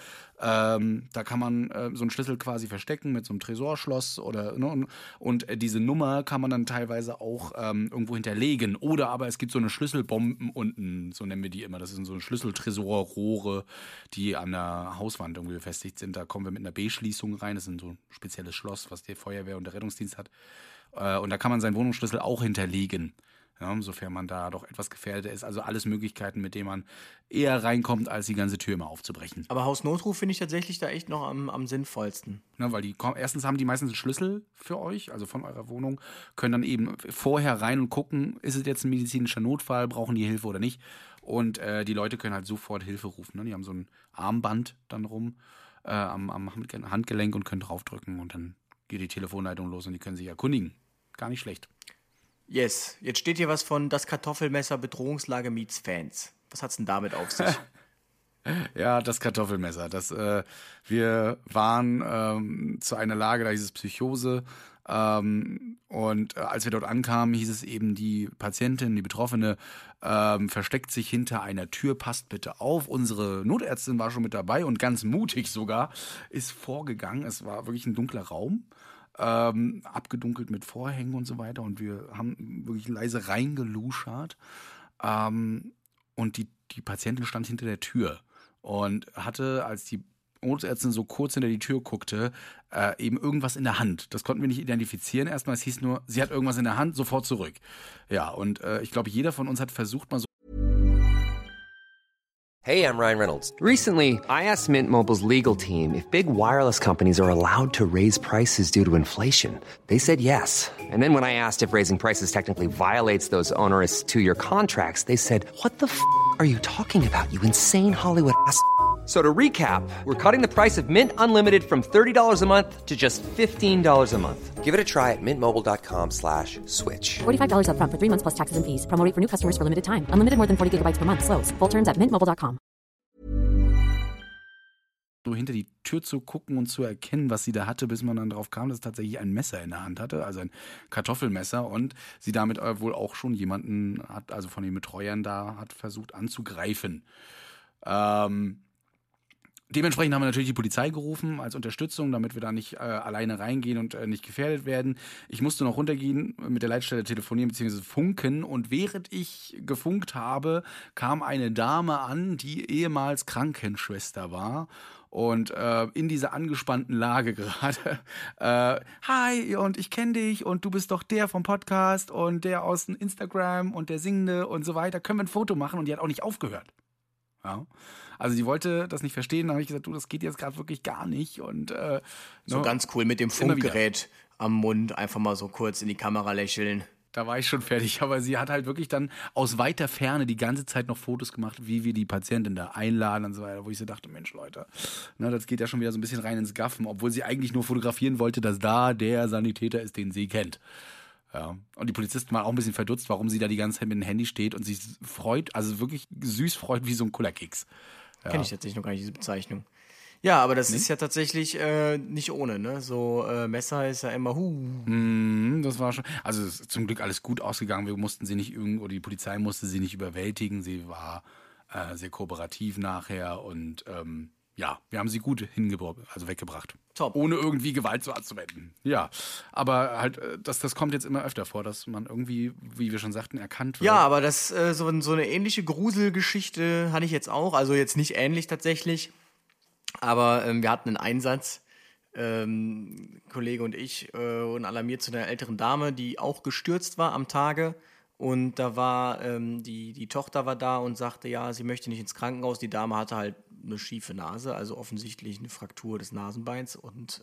da kann man so einen Schlüssel quasi verstecken mit so einem Tresorschloss oder ne, und diese Nummer kann man dann teilweise auch irgendwo hinterlegen. Oder aber es gibt so eine Schlüsselbomben unten, so nennen wir die immer. Das sind so Schlüsseltresorrohre, die an der Hauswand irgendwie befestigt sind. Da kommen wir mit einer B-Schließung rein. Das ist so ein spezielles Schloss, was die Feuerwehr und der Rettungsdienst hat. Und da kann man seinen Wohnungsschlüssel auch hinterlegen. Ja, sofern man da doch etwas gefährdeter ist. Also alles Möglichkeiten, mit denen man eher reinkommt, als die ganze Tür immer aufzubrechen. Aber Hausnotruf finde ich tatsächlich da echt noch am sinnvollsten. Ne, weil erstens haben die meistens einen Schlüssel für euch, also von eurer Wohnung, können dann eben vorher rein und gucken, ist es jetzt ein medizinischer Notfall, brauchen die Hilfe oder nicht. Und die Leute können halt sofort Hilfe rufen. Ne? Die haben so ein Armband dann rum am Handgelenk und können draufdrücken und dann geht die Telefonleitung los und die können sich erkundigen. Gar nicht schlecht. Yes, jetzt steht hier was von das Kartoffelmesser Bedrohungslage meets Fans. Was hat's denn damit auf sich? Ja, das Kartoffelmesser. Wir waren zu einer Lage, da hieß es Psychose. Und als wir dort ankamen, hieß es eben, die Patientin, die Betroffene, versteckt sich hinter einer Tür, passt bitte auf. Unsere Notärztin war schon mit dabei und ganz mutig sogar ist vorgegangen. Es war wirklich ein dunkler Raum. Abgedunkelt mit Vorhängen und so weiter und wir haben wirklich leise reingeluschert und die Patientin stand hinter der Tür und hatte, als die Notärztin so kurz hinter die Tür guckte, eben irgendwas in der Hand. Das konnten wir nicht identifizieren erstmal, es hieß nur, sie hat irgendwas in der Hand, sofort zurück. Ja, und ich glaube, jeder von uns hat versucht, mal so. Hey, I'm Ryan Reynolds. Recently, I asked Mint Mobile's legal team if big wireless companies are allowed to raise prices due to inflation. They said yes. And then when I asked if raising prices technically violates those onerous two-year contracts, they said, what the f*** are you talking about, you insane Hollywood ass f- So to recap, we're cutting the price of Mint Unlimited from $30 a month to just $15 a month. Give it a try at mintmobile.com/switch. $45 up front for 3 months plus taxes and fees. Promo rate for new customers for limited time. Unlimited more than 40 gigabytes per month. Slows full terms at mintmobile.com. So hinter die Tür zu gucken und zu erkennen, was sie da hatte, bis man dann drauf kam, dass es tatsächlich ein Messer in der Hand hatte, also ein Kartoffelmesser und sie damit wohl auch schon jemanden hat, also von den Betreuern da, hat versucht anzugreifen. Dementsprechend haben wir natürlich die Polizei gerufen als Unterstützung, damit wir da nicht alleine reingehen und nicht gefährdet werden. Ich musste noch runtergehen, mit der Leitstelle telefonieren bzw. funken und während ich gefunkt habe, kam eine Dame an, die ehemals Krankenschwester war und in dieser angespannten Lage gerade, hi und ich kenne dich und du bist doch der vom Podcast und der aus dem Instagram und der Singende und so weiter, können wir ein Foto machen und die hat auch nicht aufgehört. Ja. Also die wollte das nicht verstehen, da habe ich gesagt, du, das geht jetzt gerade wirklich gar nicht. Und so ganz cool mit dem Funkgerät am Mund, einfach mal so kurz in die Kamera lächeln. Da war ich schon fertig, aber sie hat halt wirklich dann aus weiter Ferne die ganze Zeit noch Fotos gemacht, wie wir die Patientin da einladen und so weiter, wo ich so dachte, Mensch Leute, das geht ja schon wieder so ein bisschen rein ins Gaffen, obwohl sie eigentlich nur fotografieren wollte, dass da der Sanitäter ist, den sie kennt. Ja. Und die Polizisten waren auch ein bisschen verdutzt, warum sie da die ganze Zeit mit dem Handy steht und sich freut, also wirklich süß freut wie so ein Kullerkeks. Ja. Kenne ich tatsächlich noch gar nicht, diese Bezeichnung. Ja, aber das ist ja tatsächlich nicht ohne, ne? So Messer ist ja immer Das war schon, also es ist zum Glück alles gut ausgegangen. Wir mussten sie nicht oder die Polizei musste sie nicht überwältigen. Sie war sehr kooperativ nachher und ja, wir haben sie gut weggebracht. Top. Ohne irgendwie Gewalt so anzuwenden. Ja, aber halt, das kommt jetzt immer öfter vor, dass man irgendwie, wie wir schon sagten, erkannt wird. Ja, aber das so eine ähnliche Gruselgeschichte hatte ich jetzt auch. Also jetzt nicht ähnlich tatsächlich, aber wir hatten einen Einsatz, Kollege und ich, wurden alarmiert zu einer älteren Dame, die auch gestürzt war am Tage. Und da war die Tochter war da und sagte, ja, sie möchte nicht ins Krankenhaus. Die Dame hatte halt eine schiefe Nase, also offensichtlich eine Fraktur des Nasenbeins und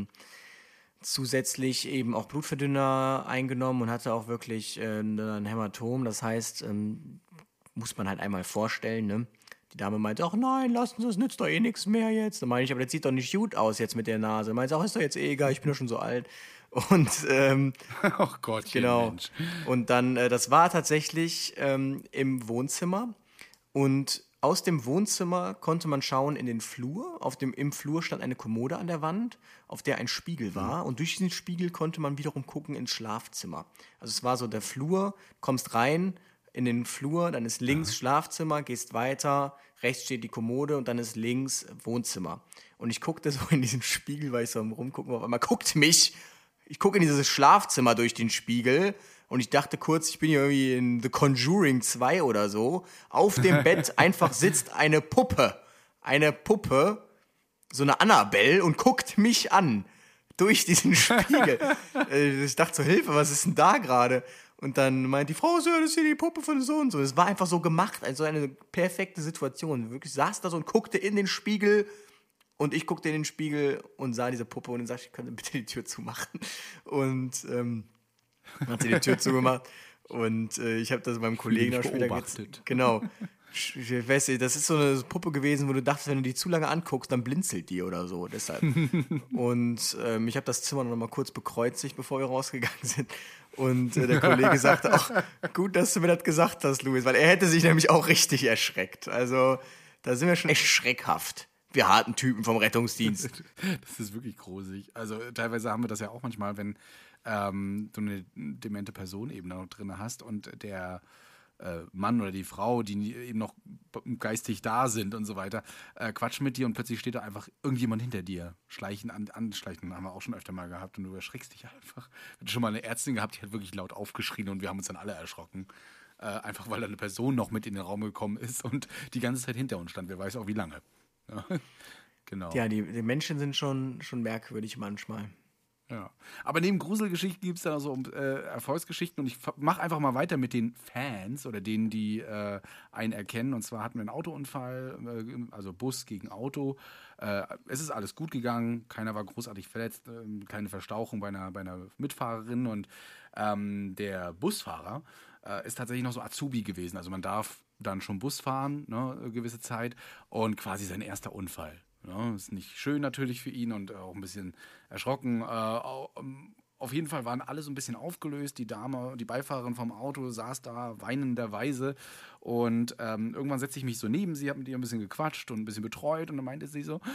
zusätzlich eben auch Blutverdünner eingenommen und hatte auch wirklich ein Hämatom. Das heißt, muss man halt einmal vorstellen, ne? Die Dame meinte, ach nein, lassen Sie, das nützt doch eh nichts mehr jetzt. Da meine ich, aber das sieht doch nicht gut aus jetzt mit der Nase. Meinte auch, ist doch jetzt eh egal, ich bin doch schon so alt. Und oh Gott, genau. Mensch. Und dann, das war tatsächlich im Wohnzimmer und aus dem Wohnzimmer konnte man schauen in den Flur. Im Flur stand eine Kommode an der Wand, auf der ein Spiegel war. Und durch diesen Spiegel konnte man wiederum gucken ins Schlafzimmer. Also es war so der Flur, kommst rein in den Flur, dann ist links Schlafzimmer, gehst weiter, rechts steht die Kommode und dann ist links Wohnzimmer. Und ich guckte so in diesen Spiegel, weil ich so am Rumgucken war. Auf einmal guckt mich. Ich gucke in dieses Schlafzimmer durch den Spiegel und ich dachte kurz, ich bin hier irgendwie in The Conjuring 2 oder so. Auf dem Bett einfach sitzt eine Puppe, so eine Annabelle und guckt mich an durch diesen Spiegel. Ich dachte so, Hilfe, was ist denn da gerade? Und dann meint die Frau, so, das ist hier die Puppe von so und so. Es war einfach so gemacht, also eine perfekte Situation. Wirklich saß da so und guckte in den Spiegel und ich guckte in den Spiegel und sah diese Puppe und dann sagte ich, könnte bitte die Tür zumachen. Und hat sie die Tür zugemacht und ich habe das meinem Kollegen auch später beobachtet. Genau. Ich weiß nicht, das ist so eine Puppe gewesen, wo du dachtest, wenn du die zu lange anguckst, dann blinzelt die oder so. Deshalb. Und ich habe das Zimmer noch mal kurz bekreuzigt, bevor wir rausgegangen sind. Und der Kollege sagte auch, gut, dass du mir das gesagt hast, Louis, weil er hätte sich nämlich auch richtig erschreckt. Also da sind wir schon echt schreckhaft. Wir harten Typen vom Rettungsdienst. Das ist wirklich gruselig. Also teilweise haben wir das ja auch manchmal, wenn du eine demente Person eben noch drin hast und der Mann oder die Frau, die eben noch geistig da sind und so weiter, quatschen mit dir und plötzlich steht da einfach irgendjemand hinter dir. Anschleichen haben wir auch schon öfter mal gehabt und du erschreckst dich einfach. Ich hatte schon mal eine Ärztin gehabt, die hat wirklich laut aufgeschrien und wir haben uns dann alle erschrocken. Einfach weil da eine Person noch mit in den Raum gekommen ist und die ganze Zeit hinter uns stand. Wer weiß auch wie lange. Ja, genau. Ja, die Menschen sind schon merkwürdig manchmal. Ja. Aber neben Gruselgeschichten gibt es dann auch so Erfolgsgeschichten und ich mache einfach mal weiter mit den Fans oder denen, die einen erkennen. Und zwar hatten wir einen Autounfall, also Bus gegen Auto. Es ist alles gut gegangen, keiner war großartig verletzt, keine Verstauchung bei einer Mitfahrerin und der Busfahrer ist tatsächlich noch so Azubi gewesen. Also man darf dann schon Bus fahren, ne, eine gewisse Zeit und quasi sein erster Unfall. Ja, ist nicht schön natürlich für ihn und auch ein bisschen erschrocken. Auf jeden Fall waren alle so ein bisschen aufgelöst. Die Dame, die Beifahrerin vom Auto saß da weinenderweise und irgendwann setzte ich mich so neben sie, habe mit ihr ein bisschen gequatscht und ein bisschen betreut und dann meinte sie so,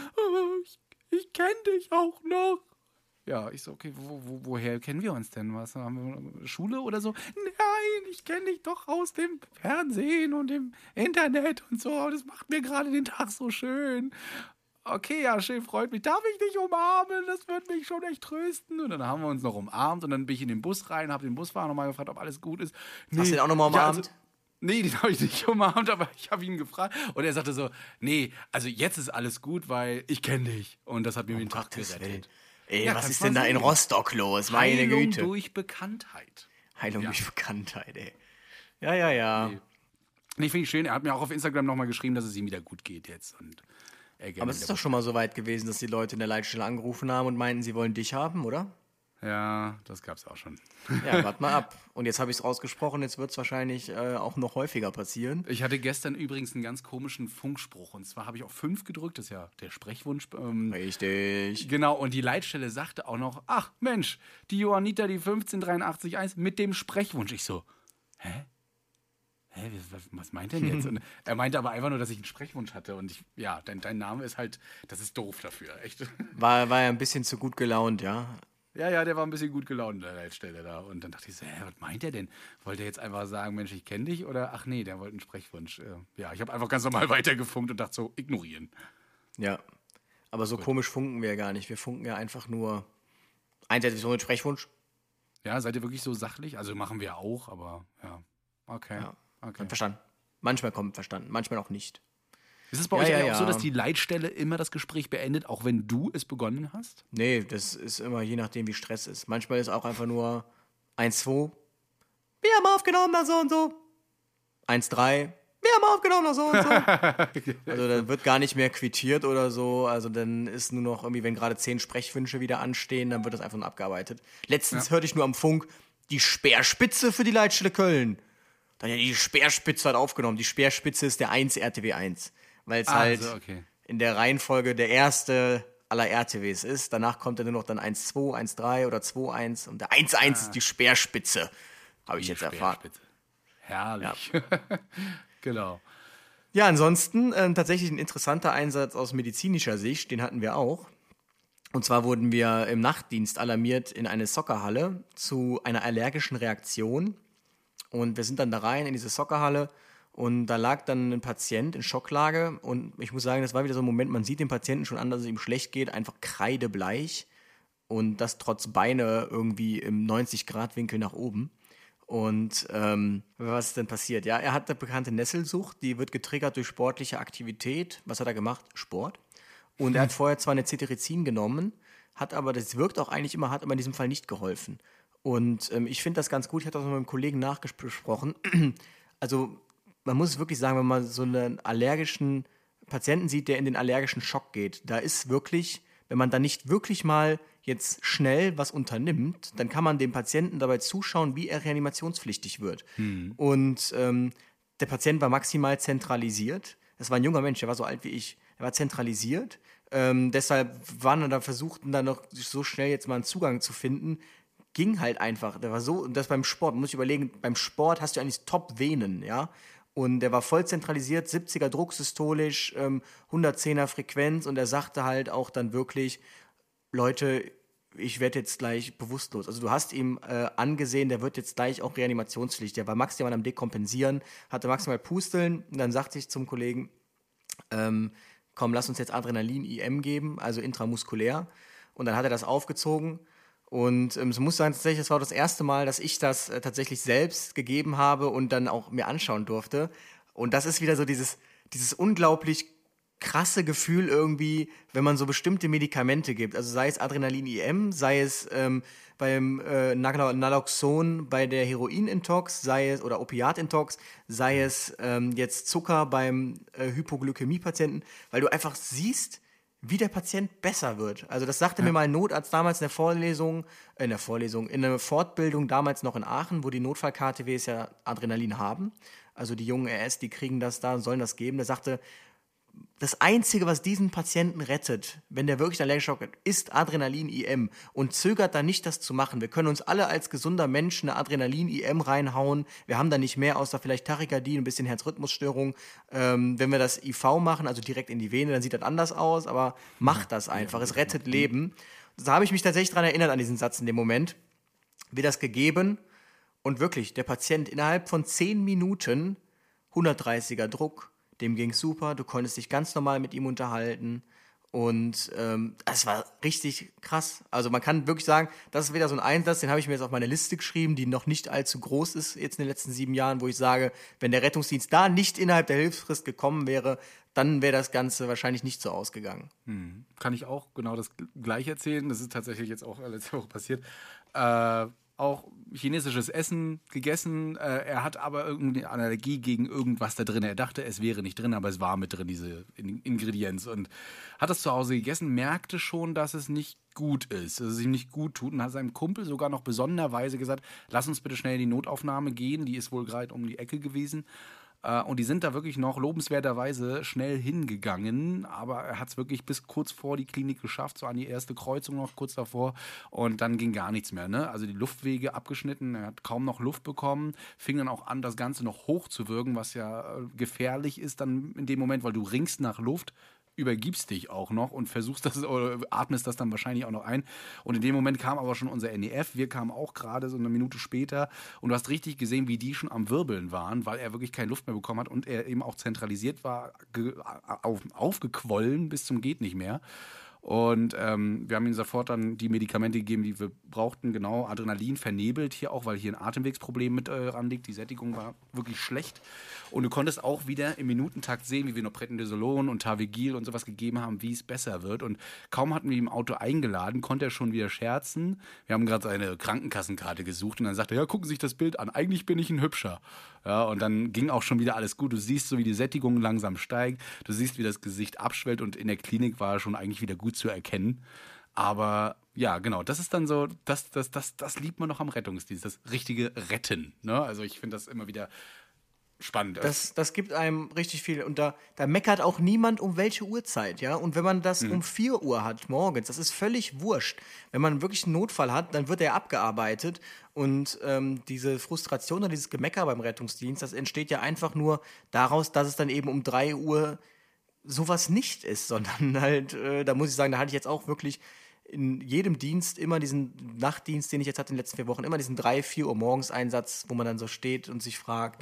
ich kenne dich auch noch. Ja, ich so, okay, woher kennen wir uns denn? Was, haben wir eine Schule oder so? Nein, ich kenne dich doch aus dem Fernsehen und dem Internet und so. Das macht mir gerade den Tag so schön. Okay, ja, schön, freut mich. Darf ich dich umarmen? Das wird mich schon echt trösten. Und dann haben wir uns noch umarmt und dann bin ich in den Bus rein, habe den Busfahrer nochmal gefragt, ob alles gut ist. Nee, hast du den auch nochmal umarmt? Ja, nee, den habe ich nicht umarmt, aber ich habe ihn gefragt. Und er sagte so, nee, also jetzt ist alles gut, weil ich kenne dich. Und das hat mir den Tag gerettet. Ey, Ja, was kannst ist mal denn da in sehen. Rostock los? Meine Heilung Güte. durch Bekanntheit. Heilung Ja. durch Bekanntheit, ey. Ja. Nee, finde ich schön. Er hat mir auch auf Instagram nochmal geschrieben, dass es ihm wieder gut geht jetzt. Und er gerne Aber es ist wieder doch schon mal so weit gewesen, dass die Leute in der Leitstelle angerufen haben und meinten, sie wollen dich haben, oder? Ja, das gab's auch schon. Ja, warte mal ab. Und jetzt habe ich es rausgesprochen, jetzt wird es wahrscheinlich auch noch häufiger passieren. Ich hatte gestern übrigens einen ganz komischen Funkspruch. Und zwar habe ich auf 5 gedrückt, das ist ja der Sprechwunsch. Richtig. Genau, und die Leitstelle sagte auch noch, ach Mensch, die Johannita, die 15881 mit dem Sprechwunsch. Ich so, hä, was meint denn jetzt? Und er meinte aber einfach nur, dass ich einen Sprechwunsch hatte. Und dein Name ist halt, das ist doof dafür, echt. War ja ein bisschen zu gut gelaunt, ja. Ja, der war ein bisschen gut gelaunt an der Leitstelle da. Und dann dachte ich so, was meint er denn? Wollte er jetzt einfach sagen, Mensch, ich kenne dich? Oder, ach nee, der wollte einen Sprechwunsch. Ja, ich habe einfach ganz normal weitergefunkt und dachte so, ignorieren. Ja. Aber so komisch funken wir ja gar nicht. Wir funken ja einfach nur einseitig so mit Sprechwunsch. Ja, seid ihr wirklich so sachlich? Also machen wir auch, aber ja. Okay. Ja. Okay. Verstanden. Manchmal kommt verstanden, manchmal auch nicht. Ist es bei euch auch so, dass die Leitstelle immer das Gespräch beendet, auch wenn du es begonnen hast? Nee, das ist immer je nachdem, wie Stress ist. Manchmal ist auch einfach nur 1, 2. Wir haben aufgenommen nach so und so. 1, 3. Wir haben aufgenommen nach so und so. Also dann wird gar nicht mehr quittiert oder so. Also dann ist nur noch irgendwie, wenn gerade 10 Sprechwünsche wieder anstehen, dann wird das einfach nur abgearbeitet. Letztens hörte ich nur am Funk, die Speerspitze für die Leitstelle Köln. Dann ja, die Speerspitze hat aufgenommen. Die Speerspitze ist der 1 RTW 1. Weil es halt in der Reihenfolge der erste aller RTWs ist. Danach kommt dann nur noch dann 1-2, 1-3 oder 2-1 und der 1-1 ist die Speerspitze. Habe ich jetzt erfahren. Herrlich. Ja. Genau. Ja, ansonsten tatsächlich ein interessanter Einsatz aus medizinischer Sicht, den hatten wir auch. Und zwar wurden wir im Nachtdienst alarmiert in eine Soccerhalle zu einer allergischen Reaktion. Und wir sind dann da rein in diese Soccerhalle und da lag dann ein Patient in Schocklage. Und ich muss sagen, das war wieder so ein Moment, man sieht dem Patienten schon an, dass es ihm schlecht geht, einfach kreidebleich. Und das trotz Beine irgendwie im 90-Grad-Winkel nach oben. Und was ist denn passiert? Ja, er hat eine bekannte Nesselsucht, die wird getriggert durch sportliche Aktivität. Was hat er gemacht? Sport. Und er hat vorher zwar eine Cetirizin genommen, hat aber, das wirkt auch eigentlich immer, hat aber in diesem Fall nicht geholfen. Und ich finde das ganz gut. Ich hatte das mit meinem Kollegen nachgesprochen. Also man muss wirklich sagen, wenn man so einen allergischen Patienten sieht, der in den allergischen Schock geht, da ist wirklich, wenn man da nicht wirklich mal jetzt schnell was unternimmt, dann kann man dem Patienten dabei zuschauen, wie er reanimationspflichtig wird. Und der Patient war maximal zentralisiert. Das war ein junger Mensch, der war so alt wie ich. Er war zentralisiert. Deshalb waren wir da versuchten, da noch so schnell jetzt mal einen Zugang zu finden. Ging halt einfach. Der war so, und das beim Sport, man muss sich überlegen, beim Sport hast du eigentlich Top-Venen, ja. Und der war voll zentralisiert, 70er Druck systolisch, 110er Frequenz, und er sagte halt auch dann wirklich, Leute, ich werde jetzt gleich bewusstlos. Also du hast ihm angesehen, der wird jetzt gleich auch reanimationspflichtig. Der war maximal am Dekompensieren, hatte maximal Pusteln, und dann sagte ich zum Kollegen, komm, lass uns jetzt Adrenalin-IM geben, also intramuskulär. Und dann hat er das aufgezogen. Und ich muss sagen, tatsächlich, das war das erste Mal, dass ich das tatsächlich selbst gegeben habe und dann auch mir anschauen durfte. Und das ist wieder so dieses unglaublich krasse Gefühl irgendwie, wenn man so bestimmte Medikamente gibt. Also sei es Adrenalin-IM, sei es beim Naloxon bei der Heroin-Intox, sei es, oder Opiat-Intox, sei es jetzt Zucker beim Hypoglykämie-Patienten, weil du einfach siehst, wie der Patient besser wird. Also das sagte mir mal ein Notarzt damals in einer Fortbildung damals noch in Aachen, wo die Notfall-KTWs ja Adrenalin haben. Also die jungen RS, die kriegen das da und sollen das geben. Der sagte, das Einzige, was diesen Patienten rettet, wenn der wirklich allergisch hat, ist Adrenalin-IM, und zögert da nicht, das zu machen. Wir können uns alle als gesunder Mensch eine Adrenalin-IM reinhauen. Wir haben da nicht mehr, außer vielleicht Tachykardie, ein bisschen Herzrhythmusstörung. Wenn wir das IV machen, also direkt in die Vene, dann sieht das anders aus, aber macht das einfach. Es rettet Leben. Da habe ich mich tatsächlich daran erinnert, an diesen Satz in dem Moment. Wird das gegeben, und wirklich, der Patient innerhalb von 10 Minuten 130er Druck, dem ging's super, du konntest dich ganz normal mit ihm unterhalten, und es war richtig krass. Also man kann wirklich sagen, das ist wieder so ein Einsatz, den habe ich mir jetzt auf meine Liste geschrieben, die noch nicht allzu groß ist jetzt in den letzten 7 Jahren, wo ich sage, wenn der Rettungsdienst da nicht innerhalb der Hilfsfrist gekommen wäre, dann wäre das Ganze wahrscheinlich nicht so ausgegangen. Kann ich auch genau das Gleiche erzählen. Das ist tatsächlich jetzt auch letzte Woche passiert. Auch chinesisches Essen gegessen. Er hat aber irgendeine Allergie gegen irgendwas da drin. Er dachte, es wäre nicht drin, aber es war mit drin, diese Ingredienz. Und hat das zu Hause gegessen, merkte schon, dass es nicht gut ist, dass es ihm nicht gut tut, und hat seinem Kumpel sogar noch besonderweise gesagt, lass uns bitte schnell in die Notaufnahme gehen. Die ist wohl gerade um die Ecke gewesen. Und die sind da wirklich noch lobenswerterweise schnell hingegangen, aber er hat es wirklich bis kurz vor die Klinik geschafft, so an die erste Kreuzung noch kurz davor, und dann ging gar nichts mehr, ne? Also die Luftwege abgeschnitten, er hat kaum noch Luft bekommen, fing dann auch an, das Ganze noch hochzuwirken, was ja gefährlich ist dann in dem Moment, weil du ringst nach Luft, übergibst dich auch noch und versuchst das oder atmest das dann wahrscheinlich auch noch ein. Und in dem Moment kam aber schon unser NEF, wir kamen auch gerade so eine Minute später, und du hast richtig gesehen, wie die schon am Wirbeln waren, weil er wirklich keine Luft mehr bekommen hat und er eben auch zentralisiert war, aufgequollen bis zum geht nicht mehr. Und wir haben ihm sofort dann die Medikamente gegeben, die wir brauchten, genau, Adrenalin vernebelt hier auch, weil hier ein Atemwegsproblem mit ranliegt. Die Sättigung war wirklich schlecht. Und du konntest auch wieder im Minutentakt sehen, wie wir noch Prednisolon und Tavigil und sowas gegeben haben, wie es besser wird. Und kaum hatten wir ihn im Auto eingeladen, konnte er schon wieder scherzen. Wir haben gerade seine Krankenkassenkarte gesucht, und dann sagte er, ja, gucken Sie sich das Bild an, eigentlich bin ich ein Hübscher. Ja, und dann ging auch schon wieder alles gut. Du siehst so, wie die Sättigung langsam steigt. Du siehst, wie das Gesicht abschwellt, und in der Klinik war er schon eigentlich wieder gut zu erkennen. Aber ja, genau, das ist dann so, das liebt man noch am Rettungsdienst, das richtige Retten. Ne? Also ich finde das immer wieder spannend. Das gibt einem richtig viel. Und da meckert auch niemand um welche Uhrzeit, ja. Und wenn man das um 4 Uhr hat morgens, das ist völlig wurscht. Wenn man wirklich einen Notfall hat, dann wird er abgearbeitet. Und diese Frustration oder dieses Gemecker beim Rettungsdienst, das entsteht ja einfach nur daraus, dass es dann eben um 3 Uhr sowas nicht ist, sondern halt, da muss ich sagen, da hatte ich jetzt auch wirklich in jedem Dienst immer diesen Nachtdienst, den ich jetzt hatte in den letzten 4 Wochen, immer diesen 3, 4 Uhr morgens Einsatz, wo man dann so steht und sich fragt,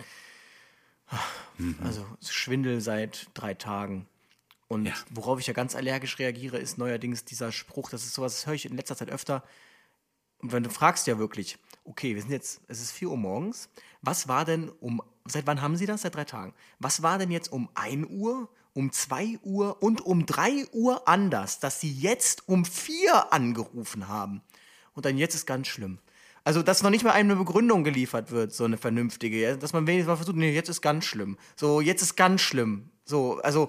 also Schwindel seit 3 Tagen. Und worauf ich ja ganz allergisch reagiere, ist neuerdings dieser Spruch, das ist sowas, das höre ich in letzter Zeit öfter. Und wenn du fragst ja wirklich, okay, es ist 4 Uhr morgens, was war denn seit wann haben Sie das? Seit 3 Tagen. Was war denn jetzt um 1 Uhr, um 2 Uhr und um 3 Uhr anders, dass Sie jetzt um 4 angerufen haben? Und dann jetzt ist ganz schlimm. Also, dass noch nicht mal eine Begründung geliefert wird, so eine vernünftige. Ja? Dass man wenigstens mal versucht, nee, jetzt ist ganz schlimm. So, jetzt ist ganz schlimm. So, also,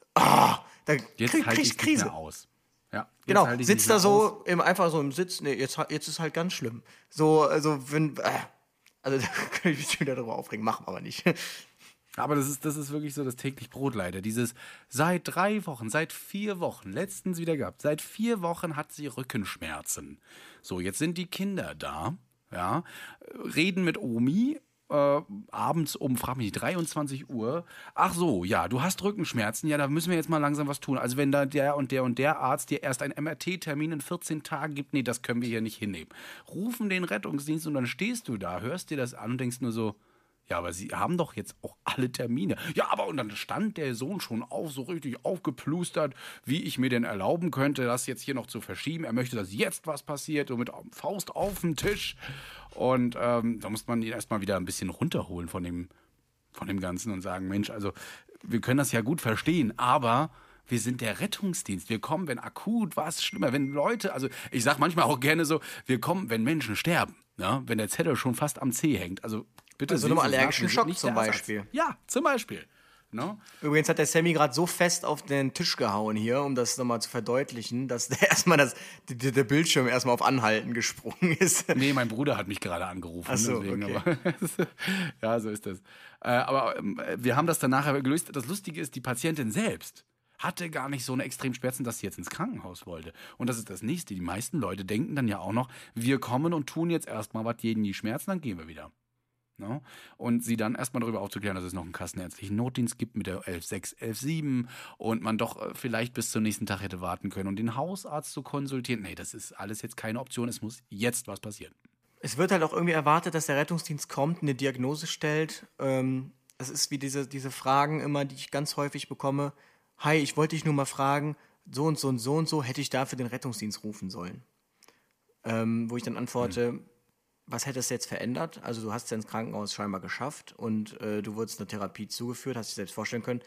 da Jetzt krieg halte ich ich Krise. nicht mehr aus. Ja, jetzt Genau, halte ich sitzt nicht da mehr so einfach so im Sitz, nee, jetzt ist halt ganz schlimm. So, also wenn, also da kann ich mich wieder darüber aufregen, machen wir aber nicht. Aber das ist wirklich so das täglich Brot leider. Dieses seit 3 Wochen, seit 4 Wochen, letztens wieder gehabt, seit 4 Wochen hat sie Rückenschmerzen. So, jetzt sind die Kinder da, ja, reden mit Omi, abends um, frag mich, 23 Uhr. Ach so, ja, du hast Rückenschmerzen, ja, da müssen wir jetzt mal langsam was tun. Also wenn da der und der Arzt dir erst einen MRT-Termin in 14 Tagen gibt, nee, das können wir hier nicht hinnehmen. Rufen den Rettungsdienst und dann stehst du da, hörst dir das an und denkst nur so, ja, aber sie haben doch jetzt auch alle Termine. Ja, aber und dann stand der Sohn schon auf, so richtig aufgeplustert, wie ich mir denn erlauben könnte, das jetzt hier noch zu verschieben. Er möchte, dass jetzt was passiert, so mit Faust auf den Tisch. Und da muss man ihn erstmal wieder ein bisschen runterholen von dem Ganzen und sagen, Mensch, also wir können das ja gut verstehen, aber wir sind der Rettungsdienst. Wir kommen, wenn akut was schlimmer, wenn Leute, also ich sag manchmal auch gerne so, wir kommen, wenn Menschen sterben, ja, wenn der Zettel schon fast am Zeh hängt. Also bitte. Also einem allergischen Schock zum Beispiel. Ja, zum Beispiel. No? Übrigens hat der Sammy gerade so fest auf den Tisch gehauen hier, um das nochmal zu verdeutlichen, dass der erstmal der Bildschirm erstmal auf Anhalten gesprungen ist. Nee, mein Bruder hat mich gerade angerufen. Ach so, deswegen, okay. Aber, ja, so ist das. Aber wir haben das dann nachher gelöst. Das Lustige ist, die Patientin selbst hatte gar nicht so eine Extremschmerzen, dass sie jetzt ins Krankenhaus wollte. Und das ist das Nächste. Die meisten Leute denken dann ja auch noch, wir kommen und tun jetzt erstmal was gegen die Schmerzen, dann gehen wir wieder. No? Und sie dann erstmal darüber aufzuklären, dass es noch einen kassenärztlichen Notdienst gibt mit der 11.6, 11.7 und man doch vielleicht bis zum nächsten Tag hätte warten können und den Hausarzt zu konsultieren. Nee, das ist alles jetzt keine Option. Es muss jetzt was passieren. Es wird halt auch irgendwie erwartet, dass der Rettungsdienst kommt, eine Diagnose stellt. Es ist wie diese Fragen immer, die ich ganz häufig bekomme. Hi, ich wollte dich nur mal fragen, so und so und so und so, hätte ich dafür den Rettungsdienst rufen sollen? Wo ich dann antworte, was hätte es jetzt verändert? Also du hast es ja ins Krankenhaus scheinbar geschafft und du wurdest einer Therapie zugeführt, hast dich selbst vorstellen können.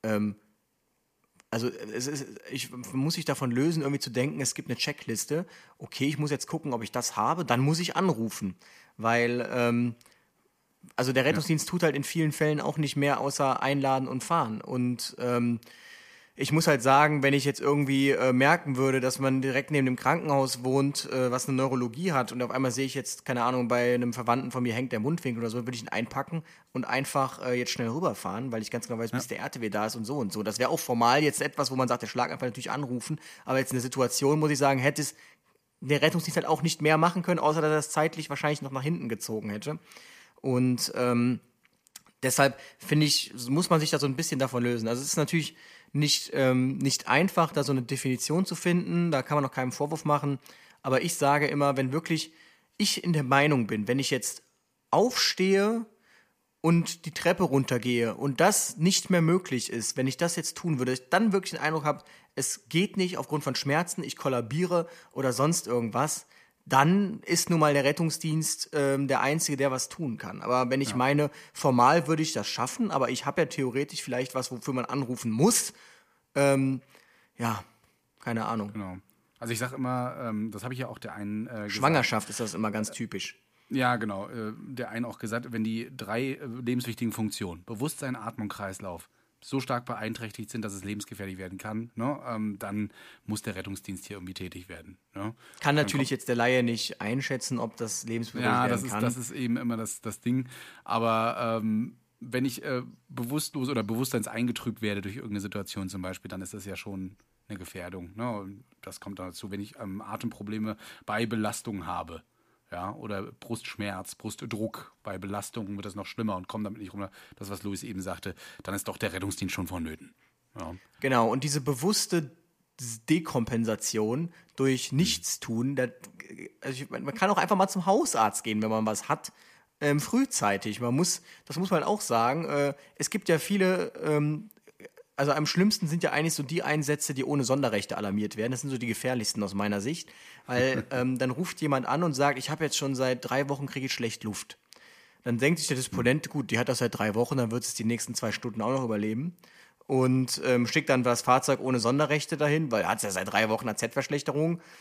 Also ich muss mich davon lösen, irgendwie zu denken, es gibt eine Checkliste. Okay, ich muss jetzt gucken, ob ich das habe, dann muss ich anrufen. Weil, also der Rettungsdienst tut halt in vielen Fällen auch nicht mehr, außer einladen und fahren. Und ich muss halt sagen, wenn ich jetzt irgendwie merken würde, dass man direkt neben dem Krankenhaus wohnt, was eine Neurologie hat und auf einmal sehe ich jetzt, keine Ahnung, bei einem Verwandten von mir hängt der Mundwinkel oder so, würde ich ihn einpacken und einfach jetzt schnell rüberfahren, weil ich ganz genau weiß, bis der RTW da ist und so und so. Das wäre auch formal jetzt etwas, wo man sagt, der Schlaganfall natürlich anrufen, aber jetzt in der Situation, muss ich sagen, hätte es der Rettungsdienst halt auch nicht mehr machen können, außer dass er das zeitlich wahrscheinlich noch nach hinten gezogen hätte. Und deshalb finde ich, muss man sich da so ein bisschen davon lösen. Also es ist natürlich nicht einfach, da so eine Definition zu finden. Da kann man noch keinen Vorwurf machen. Aber ich sage immer, wenn wirklich ich in der Meinung bin, wenn ich jetzt aufstehe und die Treppe runtergehe und das nicht mehr möglich ist, wenn ich das jetzt tun würde, ich dann wirklich den Eindruck habe, es geht nicht aufgrund von Schmerzen, ich kollabiere oder sonst irgendwas, dann ist nun mal der Rettungsdienst der Einzige, der was tun kann. Aber wenn ich meine, formal würde ich das schaffen, aber ich habe ja theoretisch vielleicht was, wofür man anrufen muss. Ja, keine Ahnung. Genau. Also ich sage immer, das habe ich ja auch der einen Schwangerschaft ist das immer ganz typisch. Ja, genau. Der einen auch gesagt, wenn die 3 lebenswichtigen Funktionen, Bewusstsein, Atmung, Kreislauf, so stark beeinträchtigt sind, dass es lebensgefährlich werden kann, ne, dann muss der Rettungsdienst hier irgendwie tätig werden. Ne? Kann natürlich jetzt der Laie nicht einschätzen, ob das lebensbedrohlich werden kann. Ja, das ist eben immer das Ding. Aber wenn ich bewusstlos oder bewusstseinseingetrübt werde durch irgendeine Situation zum Beispiel, dann ist das ja schon eine Gefährdung. Ne? Und das kommt dazu, wenn ich Atemprobleme bei Belastung habe. Ja, oder Brustschmerz, Brustdruck, bei Belastungen wird das noch schlimmer und kommt damit nicht rum. Das, was Luis eben sagte, dann ist doch der Rettungsdienst schon vonnöten. Ja. Genau, und bewusste Dekompensation durch Nichtstun, man kann auch einfach mal zum Hausarzt gehen, wenn man was hat, frühzeitig. Das muss man auch sagen, es gibt ja viele, also am schlimmsten sind ja eigentlich so die Einsätze, die ohne Sonderrechte alarmiert werden. Das sind so die gefährlichsten aus meiner Sicht. Weil dann ruft jemand an und sagt, ich habe jetzt schon seit 3 Wochen, kriege ich schlecht Luft. Dann denkt sich der Disponent, gut, die hat das seit 3 Wochen, dann wird es die nächsten 2 Stunden auch noch überleben. Und schickt dann das Fahrzeug ohne Sonderrechte dahin, weil hat es ja seit 3 Wochen AZ-Verschlechterung.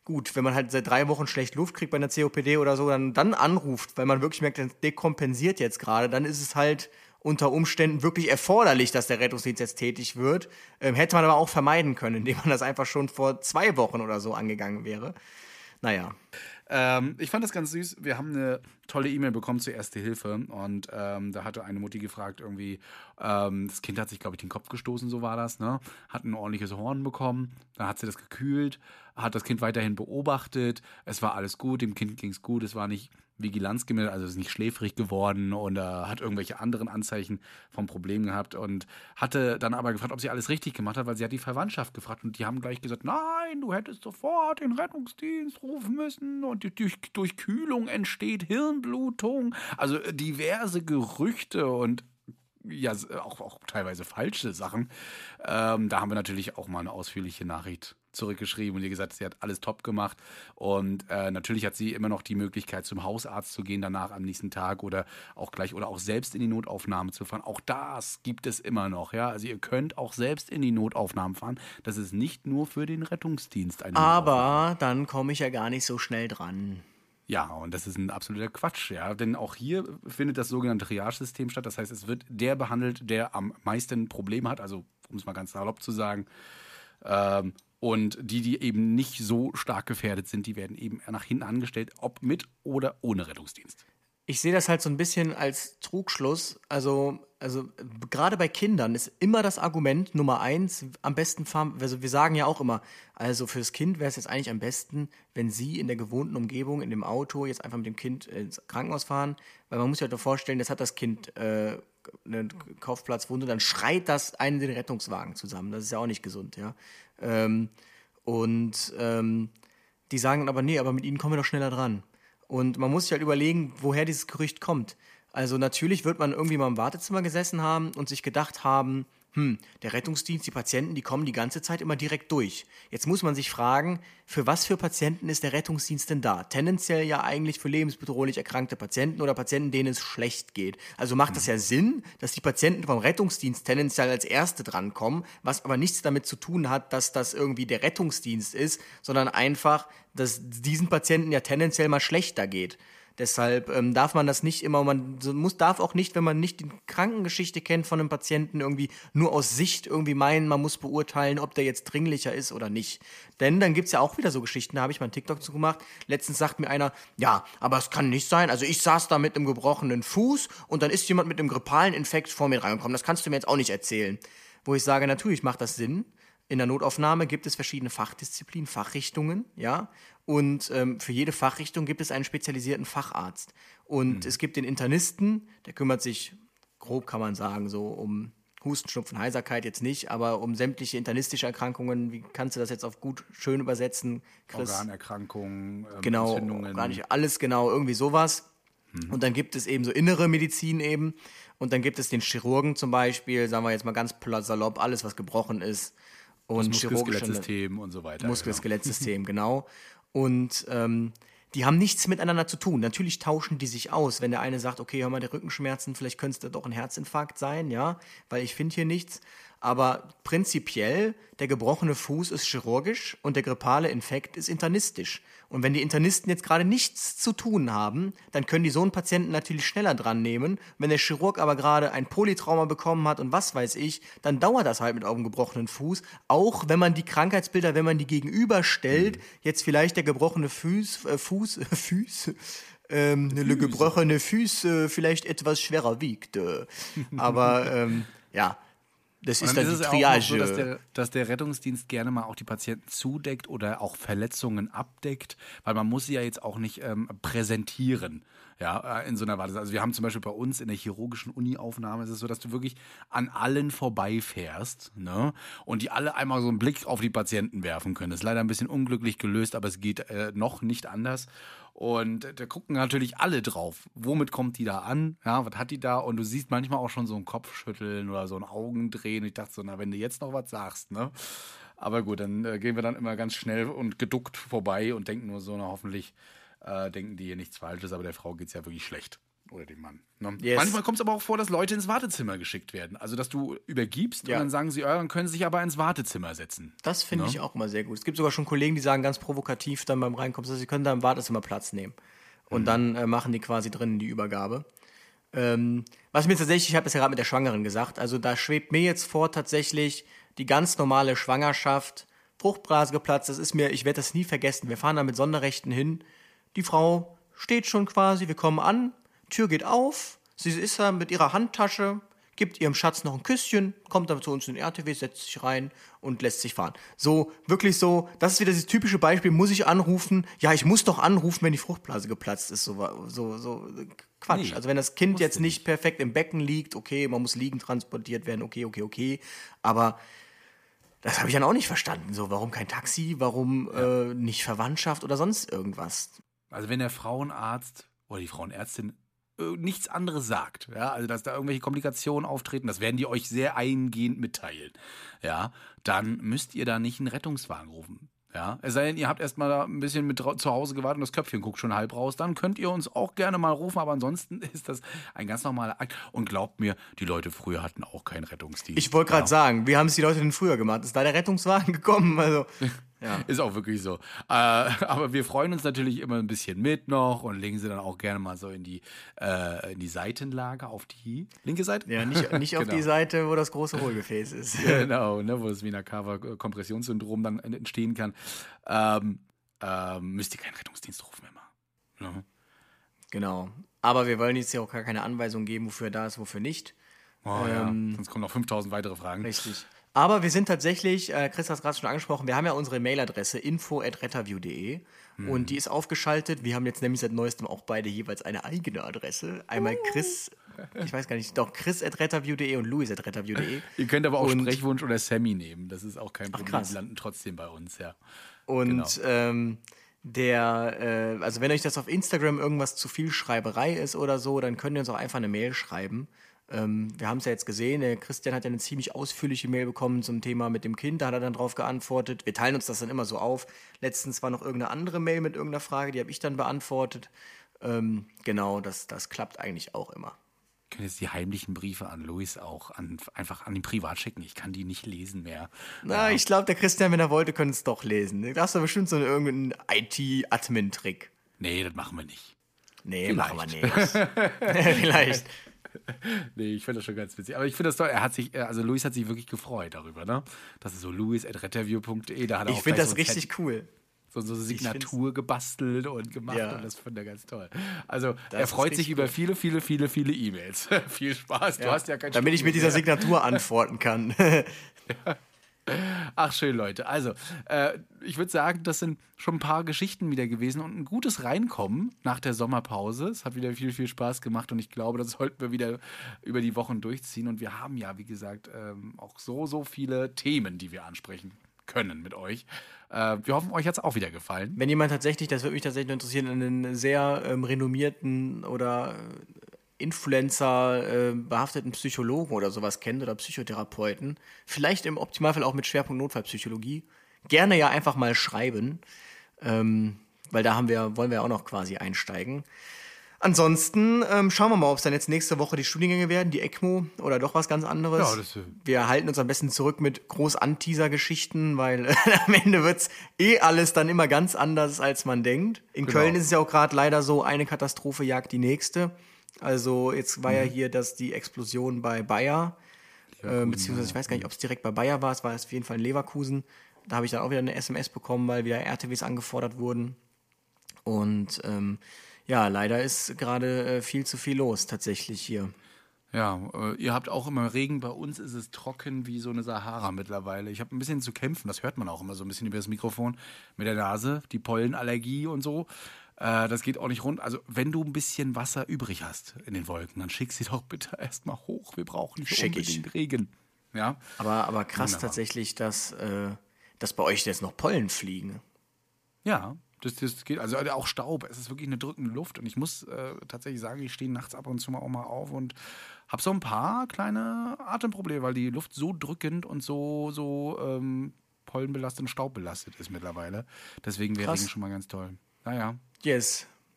gut, wenn man halt seit 3 Wochen schlecht Luft kriegt bei einer COPD oder so, dann anruft, weil man wirklich merkt, das dekompensiert jetzt gerade, dann ist es halt unter Umständen wirklich erforderlich, dass der Rettungsdienst jetzt tätig wird. Hätte man aber auch vermeiden können, indem man das einfach schon vor 2 Wochen oder so angegangen wäre. Naja. Ich fand das ganz süß. Wir haben eine tolle E-Mail bekommen zur Erste Hilfe und da hatte eine Mutti gefragt, irgendwie, das Kind hat sich, glaube ich, den Kopf gestoßen, so war das, ne? Hat ein ordentliches Horn bekommen, dann hat sie das gekühlt, hat das Kind weiterhin beobachtet, es war alles gut, dem Kind ging es gut, es war nicht vigilanzgemäß, also ist nicht schläfrig geworden oder hat irgendwelche anderen Anzeichen vom Problem gehabt und hatte dann aber gefragt, ob sie alles richtig gemacht hat, weil sie hat die Verwandtschaft gefragt und die haben gleich gesagt, nein, du hättest sofort den Rettungsdienst rufen müssen und durch Kühlung entsteht Hirnblutung, also diverse Gerüchte und ja, auch teilweise falsche Sachen. Da haben wir natürlich auch mal eine ausführliche Nachricht zurückgeschrieben und ihr gesagt, sie hat alles top gemacht und natürlich hat sie immer noch die Möglichkeit, zum Hausarzt zu gehen, danach am nächsten Tag oder auch selbst in die Notaufnahme zu fahren. Auch das gibt es immer noch, ja. Also ihr könnt auch selbst in die Notaufnahme fahren. Das ist nicht nur für den Rettungsdienst eine Notaufnahme. Aber dann komme ich ja gar nicht so schnell dran. Ja, und das ist ein absoluter Quatsch, ja. Denn auch hier findet das sogenannte Triage-System statt. Das heißt, es wird der behandelt, der am meisten Probleme hat, also um es mal ganz salopp zu sagen. Und die eben nicht so stark gefährdet sind, die werden eben nach hinten angestellt, ob mit oder ohne Rettungsdienst. Ich sehe das halt so ein bisschen als Trugschluss. Also gerade bei Kindern ist immer das Argument Nummer 1, am besten fahren, also wir sagen ja auch immer, also fürs Kind wäre es jetzt eigentlich am besten, wenn sie in der gewohnten Umgebung, in dem Auto, jetzt einfach mit dem Kind ins Krankenhaus fahren, weil man muss sich halt doch vorstellen, jetzt hat das Kind eine Kopfplatzwunde, dann schreit das einen den Rettungswagen zusammen. Das ist ja auch nicht gesund, ja. Die sagen dann aber, nee, aber mit ihnen kommen wir doch schneller dran. Und man muss sich halt überlegen, woher dieses Gerücht kommt. Also natürlich wird man irgendwie mal im Wartezimmer gesessen haben und sich gedacht haben, der Rettungsdienst, die Patienten, die kommen die ganze Zeit immer direkt durch. Jetzt muss man sich fragen, für was für Patienten ist der Rettungsdienst denn da? Tendenziell ja eigentlich für lebensbedrohlich erkrankte Patienten oder Patienten, denen es schlecht geht. Also macht das ja Sinn, dass die Patienten vom Rettungsdienst tendenziell als Erste drankommen, was aber nichts damit zu tun hat, dass das irgendwie der Rettungsdienst ist, sondern einfach, dass diesen Patienten ja tendenziell mal schlechter geht. Deshalb darf man das nicht immer, darf auch nicht, wenn man nicht die Krankengeschichte kennt von einem Patienten, irgendwie nur aus Sicht irgendwie meinen, man muss beurteilen, ob der jetzt dringlicher ist oder nicht. Denn dann gibt's ja auch wieder so Geschichten, da habe ich mal einen TikTok zu gemacht. Letztens sagt mir einer, ja, aber es kann nicht sein, also ich saß da mit einem gebrochenen Fuß und dann ist jemand mit einem grippalen Infekt vor mir reingekommen. Das kannst du mir jetzt auch nicht erzählen. Wo ich sage, natürlich macht das Sinn. In der Notaufnahme gibt es verschiedene Fachdisziplinen, Fachrichtungen, ja. Und für jede Fachrichtung gibt es einen spezialisierten Facharzt. Und es gibt den Internisten, der kümmert sich, grob kann man sagen, so um Husten, Schnupfen, Heiserkeit jetzt nicht, aber um sämtliche internistische Erkrankungen. Wie kannst du das jetzt auf gut schön übersetzen, Chris? Organerkrankungen, genau, Entzündungen. Gar nicht alles genau, irgendwie sowas. Und dann gibt es eben so innere Medizin eben. Und dann gibt es den Chirurgen zum Beispiel, sagen wir jetzt mal ganz salopp, alles, was gebrochen ist. Und das Muskel-Skelettsystem und so weiter. Muskel-Skelettsystem, genau. Und die haben nichts miteinander zu tun. Natürlich tauschen die sich aus. Wenn der eine sagt, okay, hör mal, die Rückenschmerzen, vielleicht könnte es doch ein Herzinfarkt sein, ja, weil ich finde hier nichts. Aber prinzipiell, der gebrochene Fuß ist chirurgisch und der grippale Infekt ist internistisch. Und wenn die Internisten jetzt gerade nichts zu tun haben, dann können die so einen Patienten natürlich schneller dran nehmen. Wenn der Chirurg aber gerade ein Polytrauma bekommen hat und was weiß ich, dann dauert das halt mit einem gebrochenen Fuß. Auch wenn man die Krankheitsbilder, wenn man die gegenüberstellt, jetzt vielleicht der gebrochene gebrochene Fuß vielleicht etwas schwerer wiegt. Aber ja. Das ist dann die Triage. Auch so, dass der Rettungsdienst gerne mal auch die Patienten zudeckt oder auch Verletzungen abdeckt, weil man muss sie ja jetzt auch nicht präsentieren, ja, in so einer Wartezeit. Also wir haben zum Beispiel bei uns in der chirurgischen Uni-Aufnahme ist es so, dass du wirklich an allen vorbeifährst, ne, und die alle einmal so einen Blick auf die Patienten werfen können. Das ist leider ein bisschen unglücklich gelöst, aber es geht noch nicht anders. Und da gucken natürlich alle drauf. Womit kommt die da an? Ja, was hat die da? Und du siehst manchmal auch schon so ein Kopfschütteln oder so ein Augendrehen. Ich dachte so, na, wenn du jetzt noch was sagst, ne? Aber gut, dann gehen wir dann immer ganz schnell und geduckt vorbei und denken nur so, na, hoffentlich denken die hier nichts Falsches, aber der Frau geht's ja wirklich schlecht. oder dem Mann. Ne? Yes. Manchmal kommt es aber auch vor, dass Leute ins Wartezimmer geschickt werden. Also, dass du übergibst und dann sagen sie, dann können sie sich aber ins Wartezimmer setzen. Das finde ich auch immer sehr gut. Es gibt sogar schon Kollegen, die sagen ganz provokativ dann beim Reinkommen, dass sie können da im Wartezimmer Platz nehmen. Und dann machen die quasi drinnen die Übergabe. Was mir tatsächlich, ich habe es ja gerade mit der Schwangeren gesagt, also da schwebt mir jetzt vor tatsächlich die ganz normale Schwangerschaft, Fruchtblase geplatzt, ich werde das nie vergessen. Wir fahren da mit Sonderrechten hin, die Frau steht schon quasi, wir kommen an, Tür geht auf, sie ist da mit ihrer Handtasche, gibt ihrem Schatz noch ein Küsschen, kommt dann zu uns in den RTW, setzt sich rein und lässt sich fahren. So, wirklich so, das ist wieder dieses typische Beispiel, muss ich anrufen? Ja, ich muss doch anrufen, wenn die Fruchtblase geplatzt ist. So Quatsch. Nee, also wenn das Kind jetzt nicht perfekt im Becken liegt, okay, man muss liegend transportiert werden, okay. Aber das habe ich dann auch nicht verstanden. So, warum kein Taxi? Warum nicht Verwandtschaft oder sonst irgendwas? Also wenn der Frauenarzt oder die Frauenärztin nichts anderes sagt, ja, also dass da irgendwelche Komplikationen auftreten, das werden die euch sehr eingehend mitteilen, ja, dann müsst ihr da nicht einen Rettungswagen rufen. Ja, es sei denn, ihr habt erstmal da ein bisschen mit zu Hause gewartet und das Köpfchen guckt schon halb raus, dann könnt ihr uns auch gerne mal rufen, aber ansonsten ist das ein ganz normaler Akt. Und glaubt mir, die Leute früher hatten auch keinen Rettungsdienst. Ich wollte gerade sagen, wie haben es die Leute denn früher gemacht? Ist da der Rettungswagen gekommen? Also, ja. Ist auch wirklich so. Aber wir freuen uns natürlich immer ein bisschen mit noch und legen sie dann auch gerne mal so in die Seitenlage, auf die linke Seite. Ja, nicht auf Genau. die Seite, wo das große Hohlgefäß ist. Genau, ne, wo das Vena-Cava-Kompressionssyndrom dann entstehen kann. Müsst ihr keinen Rettungsdienst rufen immer. Ne? Genau. Aber wir wollen jetzt ja auch gar keine Anweisung geben, wofür er da ist, wofür nicht. Sonst kommen noch 5000 weitere Fragen. Richtig. Aber wir sind tatsächlich, Chris hat es gerade schon angesprochen, wir haben ja unsere Mailadresse info@retterview.de und die ist aufgeschaltet. Wir haben jetzt nämlich seit neuestem auch beide jeweils eine eigene Adresse. Einmal Chris, ich weiß gar nicht, doch Chris@retterview.de und Louis@retterview.de. Ihr könnt aber auch Sprechwunsch oder Sammy nehmen. Das ist auch kein Problem. krass. Die landen trotzdem bei uns, ja. Und also wenn euch das auf Instagram irgendwas zu viel Schreiberei ist oder so, dann könnt ihr uns auch einfach eine Mail schreiben. Wir haben es ja jetzt gesehen, der Christian hat ja eine ziemlich ausführliche Mail bekommen zum Thema mit dem Kind, da hat er dann drauf geantwortet. Wir teilen uns das dann immer so auf. Letztens war noch irgendeine andere Mail mit irgendeiner Frage, die habe ich dann beantwortet. Genau, das klappt eigentlich auch immer. Ich kann jetzt die heimlichen Briefe an Luis auch einfach an ihn privat schicken. Ich kann die nicht lesen mehr. Na, ich glaube, der Christian, wenn er wollte, könnte es doch lesen. Da hast du bestimmt so irgendeinen IT-Admin-Trick. Nee, das machen wir nicht. Nee, Vielleicht. machen wir nicht. Vielleicht. Nee, ich finde das schon ganz witzig. Aber ich finde das toll. Luis hat sich wirklich gefreut darüber, ne? Das ist so louis@retterview.de. Da hat er Ich auch finde gleich das so ein richtig cool. so eine Signatur gebastelt und gemacht Ja. und das fand er ganz toll. Also Das er ist freut sich richtig über cool. viele E-Mails. Viel Spaß. Du hast ja kein Damit ich mit dieser Studium mehr. Signatur antworten kann. Ach, schön, Leute. Also, ich würde sagen, das sind schon ein paar Geschichten wieder gewesen und ein gutes Reinkommen nach der Sommerpause. Es hat wieder viel Spaß gemacht und ich glaube, das sollten wir wieder über die Wochen durchziehen. Und wir haben ja, wie gesagt, auch so viele Themen, die wir ansprechen können mit euch. Wir hoffen, euch hat es auch wieder gefallen. Wenn jemand tatsächlich, das würde mich tatsächlich nur interessieren, einen sehr renommierten oder Influencer behafteten Psychologen oder sowas kennt oder Psychotherapeuten, vielleicht im Optimalfall auch mit Schwerpunkt Notfallpsychologie, gerne ja einfach mal schreiben, weil da wollen wir ja auch noch quasi einsteigen. Ansonsten schauen wir mal, ob es dann jetzt nächste Woche die Studiengänge werden, die ECMO oder doch was ganz anderes. Ja, das, wir halten uns am besten zurück mit groß Anteaser-Geschichten, weil am Ende wird es alles dann immer ganz anders, als man denkt. In Genau. Köln ist es ja auch gerade leider so, eine Katastrophe jagt die nächste. Also jetzt war ja hier die Explosion bei Bayer, beziehungsweise ich weiß gar nicht, ob es direkt bei Bayer war, es war auf jeden Fall in Leverkusen. Da habe ich dann auch wieder eine SMS bekommen, weil wieder RTWs angefordert wurden. Und ja, leider ist gerade viel zu viel los tatsächlich hier. Ja, ihr habt auch immer Regen. Bei uns ist es trocken wie so eine Sahara mittlerweile. Ich habe ein bisschen zu kämpfen, das hört man auch immer so ein bisschen über das Mikrofon mit der Nase, die Pollenallergie und so. Das geht auch nicht rund. Also wenn du ein bisschen Wasser übrig hast in den Wolken, dann schick sie doch bitte erstmal hoch. Wir brauchen nicht Schick ich. unbedingt Regen. Ja? Aber krass Wunderbar. tatsächlich, dass bei euch jetzt noch Pollen fliegen. Ja, das geht. Also auch Staub. Es ist wirklich eine drückende Luft. Und ich muss tatsächlich sagen, ich stehe nachts ab und zu auch mal auf und habe so ein paar kleine Atemprobleme, weil die Luft so drückend und so pollenbelastet und staubbelastet ist mittlerweile. Deswegen wäre Krass. Regen schon mal ganz toll. Naja. Yes.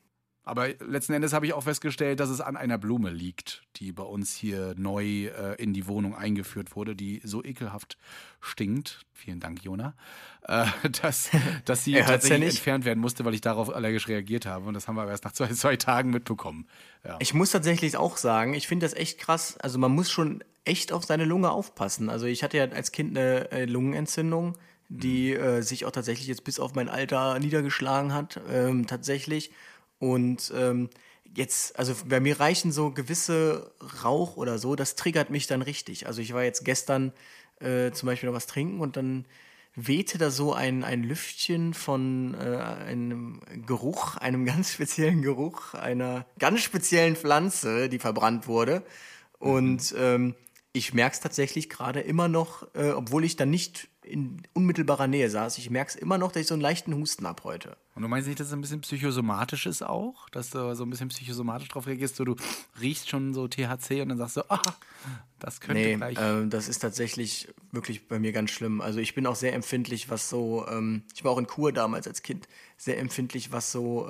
Aber letzten Endes habe ich auch festgestellt, dass es an einer Blume liegt, die bei uns hier neu in die Wohnung eingeführt wurde, die so ekelhaft stinkt. Vielen Dank, Jona. Dass sie tatsächlich entfernt werden musste, weil ich darauf allergisch reagiert habe. Und das haben wir aber erst nach zwei Tagen mitbekommen. Ja. Ich muss tatsächlich auch sagen, ich finde das echt krass. Also man muss schon echt auf seine Lunge aufpassen. Also ich hatte ja als Kind eine Lungenentzündung, die sich auch tatsächlich jetzt bis auf mein Alter niedergeschlagen hat. Tatsächlich. Und jetzt, also bei mir reichen so gewisse Rauch oder so, das triggert mich dann richtig. Also ich war jetzt gestern zum Beispiel noch was trinken und dann wehte da so ein Lüftchen von einem Geruch, einem ganz speziellen Geruch, einer ganz speziellen Pflanze, die verbrannt wurde. Und ich merke es tatsächlich gerade immer noch, obwohl ich dann nicht in unmittelbarer Nähe saß, ich merke es immer noch, dass ich so einen leichten Husten habe heute. Und du meinst nicht, dass es ein bisschen psychosomatisch ist auch? Dass du so ein bisschen psychosomatisch drauf reagierst, so du riechst schon so THC und dann sagst du, das könnte gleich... das ist tatsächlich wirklich bei mir ganz schlimm. Also ich bin auch sehr empfindlich, was so, ich war auch in Kur damals als Kind, sehr empfindlich, was so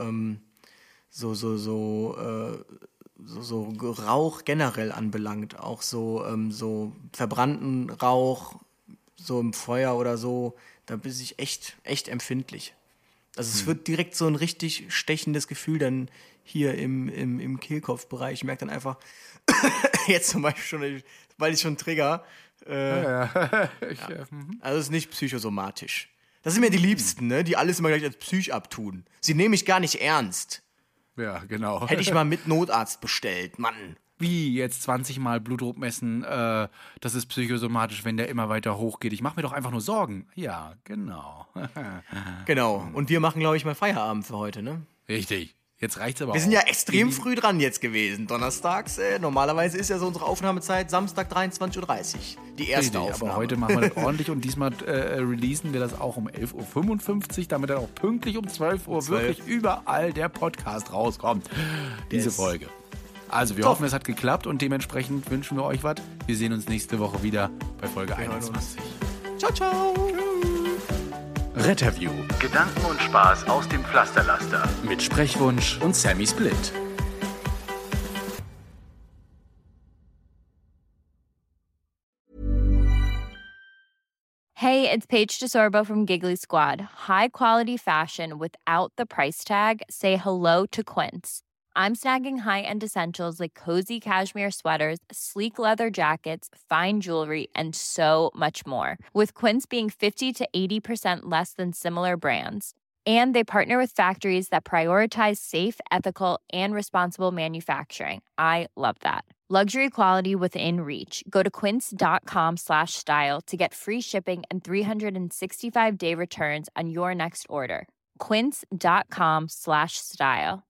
Rauch generell anbelangt. Auch so verbrannten Rauch, so im Feuer oder so, da bin ich echt empfindlich. Also es wird direkt so ein richtig stechendes Gefühl dann hier im Kehlkopfbereich. Ich merke dann einfach, jetzt zum Beispiel schon, weil ich schon trigger. Also es ist nicht psychosomatisch. Das sind mir die Liebsten, ne? Die alles immer gleich als Psych abtun. Sie nehmen mich gar nicht ernst. Ja, genau. Hätte ich mal mit Notarzt bestellt, Mann. Wie jetzt 20 Mal Blutdruck messen, das ist psychosomatisch, wenn der immer weiter hochgeht. Ich mache mir doch einfach nur Sorgen. Ja, genau. Genau. Und wir machen, glaube ich, mal Feierabend für heute, ne? Richtig. Jetzt reicht's aber auch. Wir sind ja extrem früh dran jetzt gewesen. Donnerstags, normalerweise ist ja so unsere Aufnahmezeit Samstag 23:30 Uhr. Die erste Richtig, Aufnahme. aber heute machen wir das ordentlich und diesmal releasen wir das auch um 11:55 Uhr, damit dann auch pünktlich um 12 Uhr wirklich überall der Podcast rauskommt. Diese Folge. Also wir hoffen, es hat geklappt und dementsprechend wünschen wir euch was. Wir sehen uns nächste Woche wieder bei Folge 21. Ciao, ciao. Retterview. Gedanken und Spaß aus dem Pflasterlaster. Mit Sprechwunsch und Sammy Split. Hey, it's Paige DeSorbo from Giggly Squad. High quality fashion without the price tag. Say hello to Quince. I'm snagging high-end essentials like cozy cashmere sweaters, sleek leather jackets, fine jewelry, and so much more. With Quince being 50 to 80% less than similar brands. And they partner with factories that prioritize safe, ethical, and responsible manufacturing. I love that. Luxury quality within reach. Go to quince.com/style to get free shipping and 365-day returns on your next order. Quince.com/style.